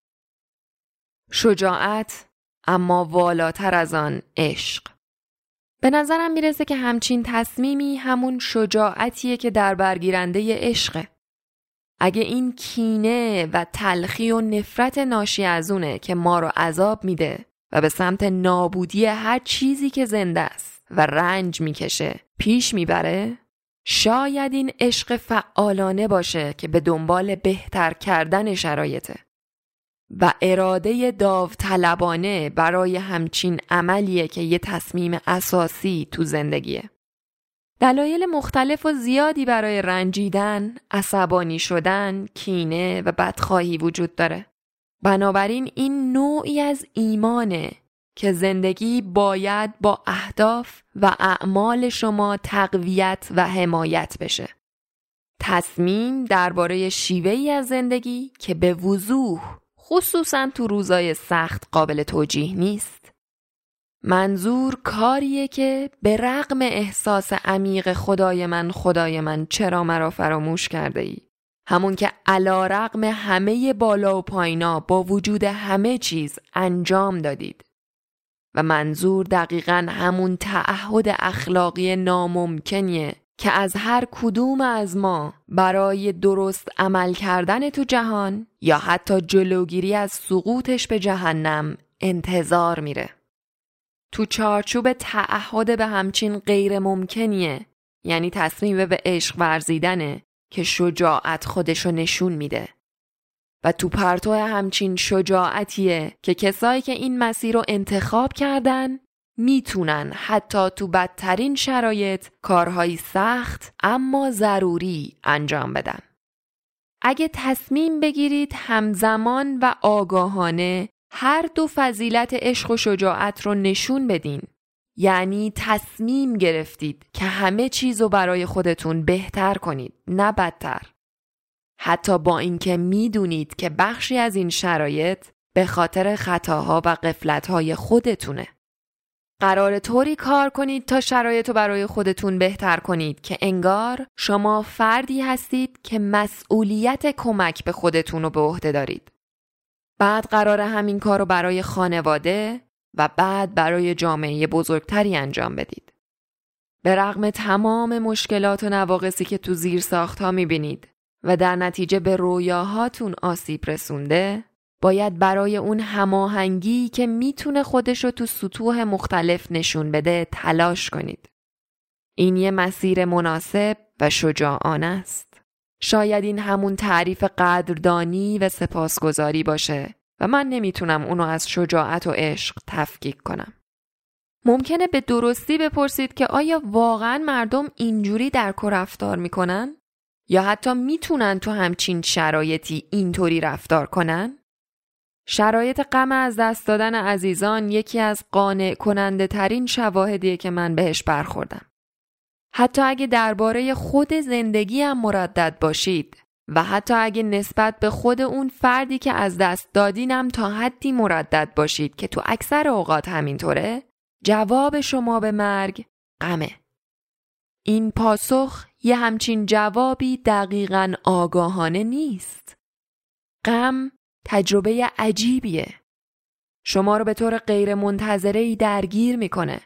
شجاعت، اما والاتر از آن عشق. به نظرم میرسه که همچین تصمیمی همون شجاعتیه که در برگیرنده عشقه. اگه این کینه و تلخی و نفرت ناشی از اونه که ما رو عذاب میده و به سمت نابودی هر چیزی که زنده است و رنج میکشه پیش میبره، شاید این عشق فعالانه باشه که به دنبال بهتر کردن شرایطه و اراده داوطلبانه برای همچین عملیه که یه تصمیم اساسی تو زندگیه. دلایل مختلف و زیادی برای رنجیدن، عصبانی شدن، کینه و بدخواهی وجود داره. بنابراین این نوعی از ایمانه که زندگی باید با اهداف و اعمال شما تقویت و حمایت بشه. تصمیم درباره شیوهی از زندگی که به وضوح خصوصاً تو روزای سخت قابل توجیه نیست. منظور کاریه که به رغم احساس عمیق خدای من چرا مرا فراموش کرده ای؟ همون که علی رغم همه بالا و پایینا با وجود همه چیز انجام دادید. و منظور دقیقاً همون تعهد اخلاقی ناممکنیه که از هر کدوم از ما برای درست عمل کردن تو جهان یا حتی جلوگیری از سقوطش به جهنم انتظار میره. تو چارچوب تعهد به همچین غیر ممکنیه، یعنی تصمیم به عشق ورزیدنه که شجاعت خودشو نشون میده. و تو پرتو همچین شجاعتیه که کسایی که این مسیر رو انتخاب کردن میتونن حتی تو بدترین شرایط کارهای سخت اما ضروری انجام بدن. اگه تصمیم بگیرید همزمان و آگاهانه هر دو فضیلت عشق و شجاعت رو نشون بدین، یعنی تصمیم گرفتید که همه چیزو برای خودتون بهتر کنید نه بدتر، حتی با اینکه میدونید که بخشی از این شرایط به خاطر خطاها و غفلت‌های خودتونه. قراره طوری کار کنید تا شرایطو برای خودتون بهتر کنید که انگار شما فردی هستید که مسئولیت کمک به خودتون رو به عهده دارید. بعد قراره همین کار رو برای خانواده و بعد برای جامعه بزرگتری انجام بدید. به رغم تمام مشکلات و نواقصی که تو زیر ساخت‌ها می‌بینید و در نتیجه به رویاهاتون آسیب رسونده، باید برای اون هماهنگی که میتونه خودشو تو سطوح مختلف نشون بده تلاش کنید. این یه مسیر مناسب و شجاعانه است. شاید این همون تعریف قدردانی و سپاسگزاری باشه و من نمیتونم اونو از شجاعت و عشق تفکیک کنم. ممکنه به درستی بپرسید که آیا واقعا مردم اینجوری درک و رفتار میکنن؟ یا حتی میتونن تو همچین شرایطی اینطوری رفتار کنن؟ شرایط غم از دست دادن عزیزان یکی از قانع کننده ترین شواهدیه که من بهش برخوردم. حتی اگه درباره خود زندگی هم مردد باشید و حتی اگه نسبت به خود اون فردی که از دست دادینم تا حدی مردد باشید که تو اکثر اوقات همینطوره، جواب شما به مرگ غمه. این پاسخ یه همچین جوابی دقیقاً آگاهانه نیست. غم تجربه عجیبیه. شما رو به طور غیر منتظره‌ای درگیر میکنه.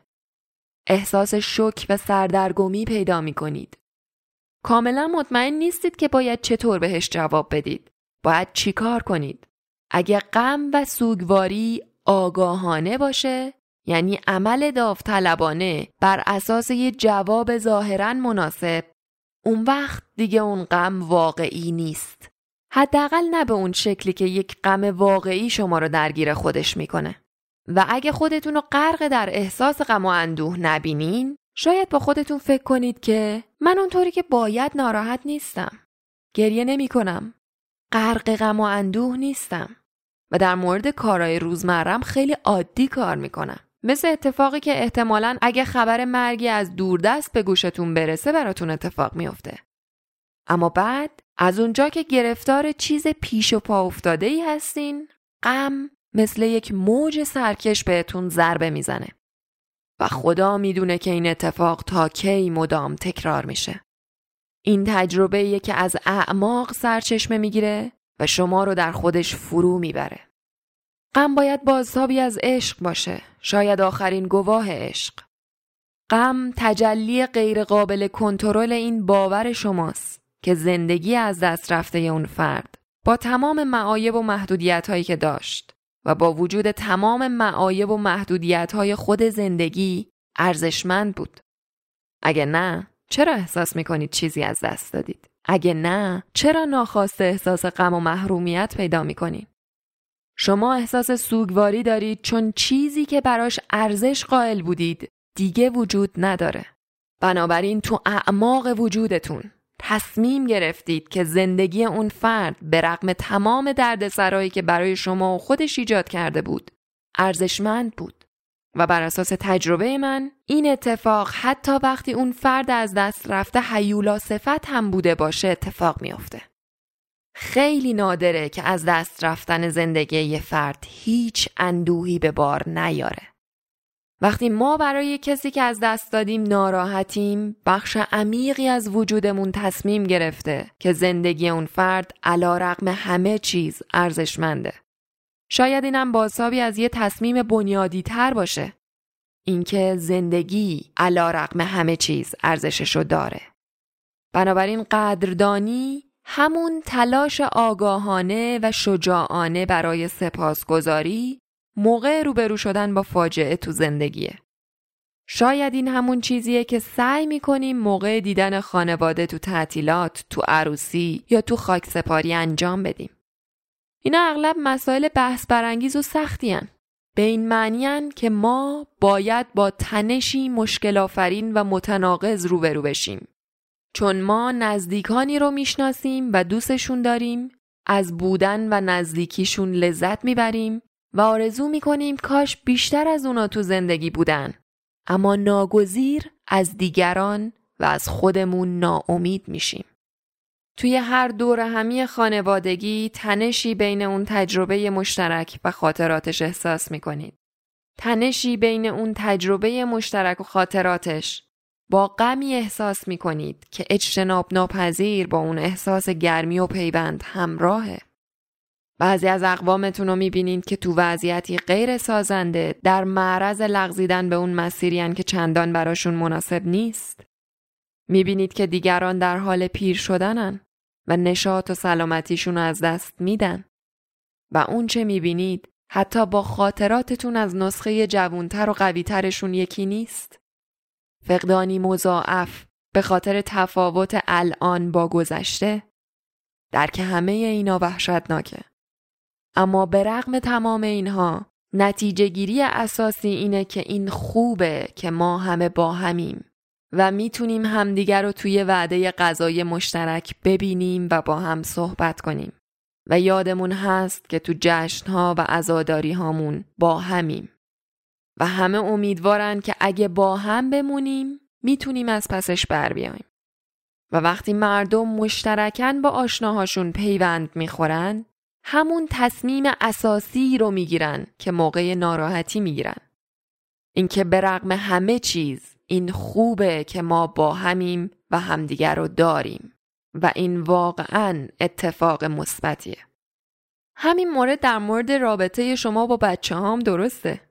احساس شوک و سردرگمی پیدا میکنید. کاملا مطمئن نیستید که باید چطور بهش جواب بدید. باید چی کار کنید؟ اگه غم و سوگواری آگاهانه باشه، یعنی عمل داوطلبانه بر اساس یه جواب ظاهراً مناسب، اون وقت دیگه اون غم واقعی نیست. حداقل نه به اون شکلی که یک غم واقعی شما رو درگیر خودش میکنه. و اگه خودتون رو غرق در احساس غم و اندوه نبینین، شاید با خودتون فکر کنید که من اونطوری که باید ناراحت نیستم. گریه نمی کنم. غرق غم و اندوه نیستم. و در مورد کارهای روزمرم خیلی عادی کار میکنم. مثل اتفاقی که احتمالاً اگه خبر مرگی از دوردست به گوشتون برسه براتون اتفاق میفته. اما بعد از اونجا که گرفتار چیز پیش و پا افتاده‌ای هستین، غم مثل یک موج سرکش بهتون ضربه میزنه. و خدا میدونه که این اتفاق تا کی مدام تکرار میشه. این تجربه‌ایه که از اعماق سرچشمه میگیره و شما رو در خودش فرو میبره. غم باید بازتابی از عشق باشه، شاید آخرین گواه عشق. غم تجلی غیر قابل کنترل این باور شماست که زندگی از دست رفته اون فرد با تمام معایب و محدودیت‌هایی که داشت و با وجود تمام معایب و محدودیت‌های خود زندگی ارزشمند بود. اگه نه، چرا احساس می‌کنید چیزی از دست دادید؟ اگه نه، چرا ناخواسته احساس غم و محرومیت پیدا می‌کنید؟ شما احساس سوگواری دارید چون چیزی که براش ارزش قائل بودید دیگه وجود نداره. بنابراین تو اعماق وجودتون تصمیم گرفتید که زندگی اون فرد به رغم تمام دردسرایی که برای شما و خودش ایجاد کرده بود ارزشمند بود. و بر اساس تجربه من این اتفاق حتی وقتی اون فرد از دست رفته هیولا صفت هم بوده باشه اتفاق میفته. خیلی نادره که از دست رفتن زندگی یه فرد هیچ اندوهی به بار نیاره. وقتی ما برای کسی که از دست دادیم ناراحتیم، بخش عمیقی از وجودمون تصمیم گرفته که زندگی اون فرد علیرغم همه چیز ارزشمنده. شاید اینم بازتابی از یه تصمیم بنیادی تر باشه. اینکه زندگی علیرغم همه چیز ارزششو داره. بنابراین قدردانی همون تلاش آگاهانه و شجاعانه برای سپاسگزاری موقع روبرو شدن با فاجعه تو زندگیه. شاید این همون چیزیه که سعی میکنیم موقع دیدن خانواده تو تعطیلات، تو عروسی یا تو خاکسپاری انجام بدیم. اینا اغلب مسائل بحث برانگیز و سختی هن. به این معنی هن که ما باید با تنشی مشکل آفرین و متناقض روبرو بشیم. چون ما نزدیکانی رو میشناسیم و دوستشون داریم، از بودن و نزدیکیشون لذت میبریم و آرزو میکنیم کاش بیشتر از اونا تو زندگی بودن. اما ناگزیر از دیگران و از خودمون ناامید میشیم. توی هر دور همی خانوادگی تنشی بین اون تجربه مشترک و خاطراتش احساس میکنید. تنشی بین اون تجربه مشترک و خاطراتش با غمی احساس میکنید که اجتناب ناپذیر با اون احساس گرمی و پیوند همراهه. بعضی از اقوامتون رو میبینید که تو وضعیتی غیر سازنده در معرض لغزیدن به اون مسیریان که چندان براشون مناسب نیست. میبینید که دیگران در حال پیر شدنن و نشاط و سلامتیشون رو از دست میدن. و اون چه میبینید حتی با خاطراتتون از نسخه جوانتر و قویترشون یکی نیست. فقدانی مضاعف به خاطر تفاوت الان با گذشته. درک همه اینا وحشتناکه. اما به رغم تمام اینها نتیجه گیری اساسی اینه که این خوبه که ما همه با همیم و میتونیم همدیگر رو توی وعده غذای مشترک ببینیم و با هم صحبت کنیم و یادمون هست که تو جشنها و عزاداری هامون با همیم و همه امیدوارن که اگه با هم بمونیم میتونیم از پسش بر بیایم. و وقتی مردم مشترکاً با آشناهاشون پیوند میخورن همون تصمیم اساسی رو میگیرن که موقع ناراحتی میگیرن. اینکه به رغم همه چیز این خوبه که ما با همیم و همدیگر رو داریم و این واقعاً اتفاق مثبتیه. همین مورد در مورد رابطه شما با بچه هام درسته.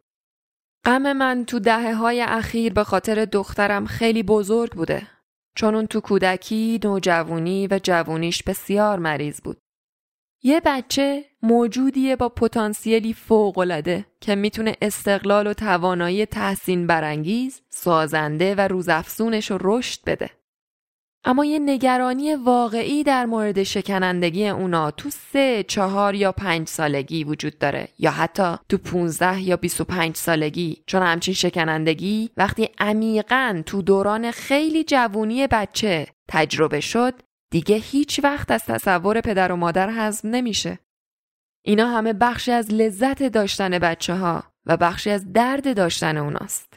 غم من تو دهه‌های اخیر به خاطر دخترم خیلی بزرگ بوده. چون اون تو کودکی، نوجوانی و جوونیش بسیار مریض بود. یه بچه موجودیه با پتانسیلی فوق‌العاده که میتونه استقلال و توانایی تحسین برانگیز، سازنده و روزافزونش رو رشد بده. اما یه نگرانی واقعی در مورد شکنندگی اونا تو 3، 4 یا 5 سالگی وجود داره یا حتی تو 15 یا 25 سالگی، چون همچین شکنندگی وقتی عمیقاً تو دوران خیلی جوونی بچه تجربه شد دیگه هیچ وقت از تصور پدر و مادر هضم نمیشه. اینا همه بخشی از لذت داشتن بچه ها و بخشی از درد داشتن اوناست.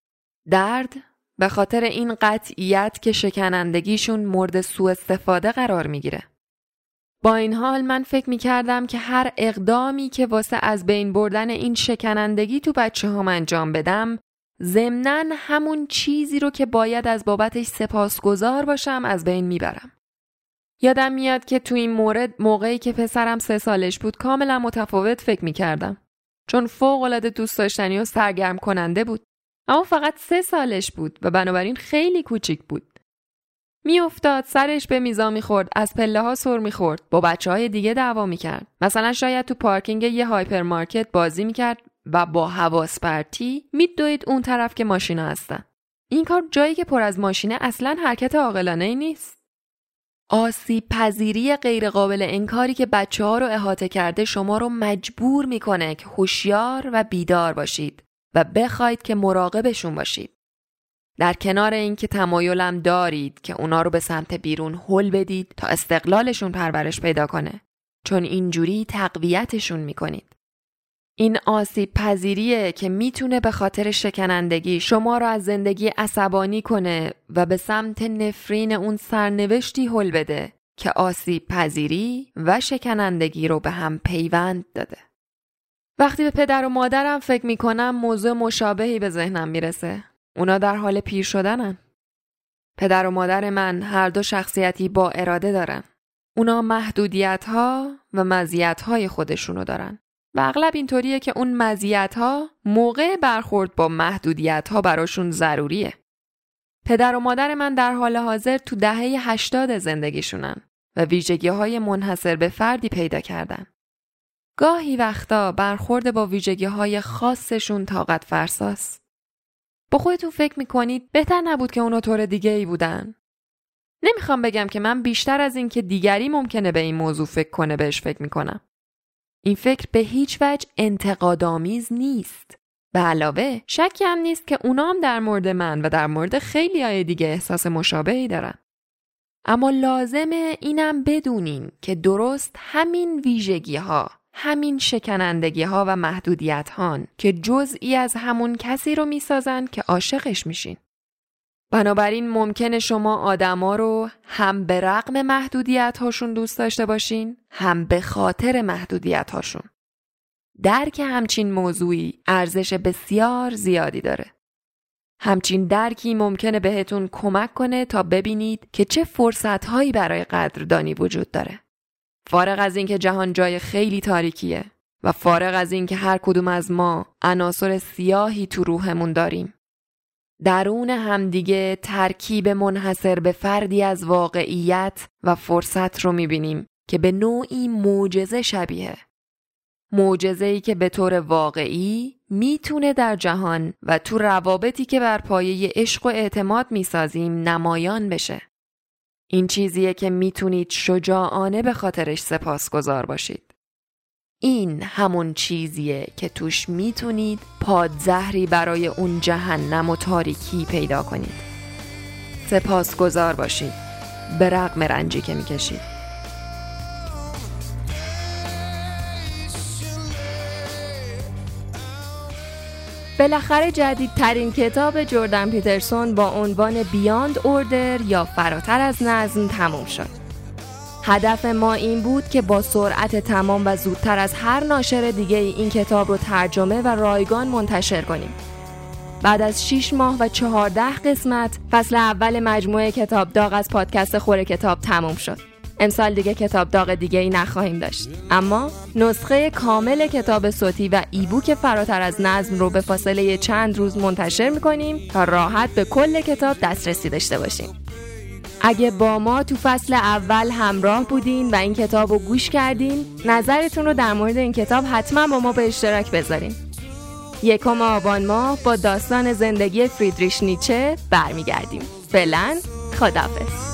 درد به خاطر این قطعیت که شکنندگیشون مورد سوء استفاده قرار میگیره. با این حال من فکر میکردم که هر اقدامی که واسه از بین بردن این شکنندگی تو بچه هم انجام بدم ضمناً همون چیزی رو که باید از بابتش سپاسگزار باشم از بین میبرم. یادم میاد که تو این مورد موقعی که پسرم 3 سالش بود کاملا متفاوت فکر میکردم. چون فوق‌العاده دوست داشتنی و سرگرم کننده بود. اما فقط 3 سالش بود و بنابراین خیلی کوچیک بود. میافتاد، سرش به میزا میخورد، از پله ها سر میخورد، با بچه‌های دیگه دعوا میکرد. مثلا شاید تو پارکینگ یه هایپرمارکت بازی میکرد و با حواس پرتی میدوید اون طرف که ماشینا هستن. این کار جایی که پر از ماشینه اصلاً حرکت عاقلانه‌ای نیست. آسیب پذیری غیر قابل انکاری که بچه‌ها رو احاطه کرده شما رو مجبور میکنه که هوشیار و بیدار باشید و بخواید که مراقبشون باشید. در کنار این که تمایلم دارید که اونا رو به سمت بیرون هل بدید تا استقلالشون پرورش پیدا کنه، چون اینجوری تقویتشون میکنید. این آسیب پذیریه که میتونه به خاطر شکنندگی شما رو از زندگی عصبانی کنه و به سمت نفرین اون سرنوشتی هل بده که آسیب پذیری و شکنندگی رو به هم پیوند داده. وقتی به پدر و مادرم فکر میکنم موضوع مشابهی به ذهنم میرسه. اونا در حال پیر شدنن. پدر و مادر من هر دو شخصیتی با اراده دارن. اونا محدودیت‌ها و مزیت‌های خودشونو دارن. و اغلب اینطوریه که اون مزیت‌ها موقع برخورد با محدودیت‌ها براشون ضروریه. پدر و مادر من در حال حاضر تو دهه 80 زندگیشونن و ویژگی‌های منحصر به فردی پیدا کردن. گاهی وقتا برخورد با ویژگی‌های خاصشون طاقت فرساست. با خودتون فکر میکنید بهتر نبود که اونا طور دیگه ای بودن؟ نمیخوام بگم که من بیشتر از این که دیگری ممکنه به این موضوع فکر کنه بهش فکر میکنم. این فکر به هیچ وجه انتقادآمیز نیست. به علاوه شکی هم نیست که اونا هم در مورد من و در مورد خیلی های دیگه احساس مشابهی دارن. اما لازمه اینم بدونین که درست همین ویژگی ها، همین شکنندگی ها و محدودیت هان که جزئی از همون کسی رو میسازن که عاشقش میشین. بنابراین ممکنه شما آدما رو هم به رغم محدودیت هاشون دوست داشته باشین، هم به خاطر محدودیت هاشون. درک همچین موضوعی ارزش بسیار زیادی داره. همچین درکی ممکنه بهتون کمک کنه تا ببینید که چه فرصت‌هایی برای قدردانی وجود داره. فارغ از این که جهان جای خیلی تاریکیه و فارغ از این که هر کدوم از ما عناصر سیاهی تو روحمون داریم، درون همدیگه ترکیب منحصر به فردی از واقعیت و فرصت رو می‌بینیم که به نوعی معجزه شبیه. معجزه‌ای که به طور واقعی میتونه در جهان و تو روابطی که بر پایه عشق و اعتماد میسازیم نمایان بشه. این چیزیه که میتونید شجاعانه به خاطرش سپاسگزار باشید. این همون چیزیه که توش میتونید پادزهری برای اون جهنم و تاریکی پیدا کنید. سپاسگزار باشید به رغم رنجی که میکشید. بالاخره جدیدترین کتاب جردن پیترسون با عنوان بیاند اوردر یا فراتر از نظم تموم شد. هدف ما این بود که با سرعت تمام و زودتر از هر ناشر دیگه این کتاب رو ترجمه و رایگان منتشر کنیم. بعد از 6 ماه و 14 قسمت فصل اول مجموعه کتاب داغ از پادکست خور کتاب تموم شد. امسال دیگه کتاب داغ دیگه ای نخواهیم داشت، اما نسخه کامل کتاب صوتی و ایبوک فراتر از نظم رو به فاصله چند روز منتشر میکنیم تا راحت به کل کتاب دسترسی داشته باشیم. اگه با ما تو فصل اول همراه بودین و این کتاب رو گوش کردین، نظرتون رو در مورد این کتاب حتما با ما به اشتراک بذارین. 1 آبان ماه با داستان زندگی فریدریش نیچه برمیگردیم. فعلا خداحافظ.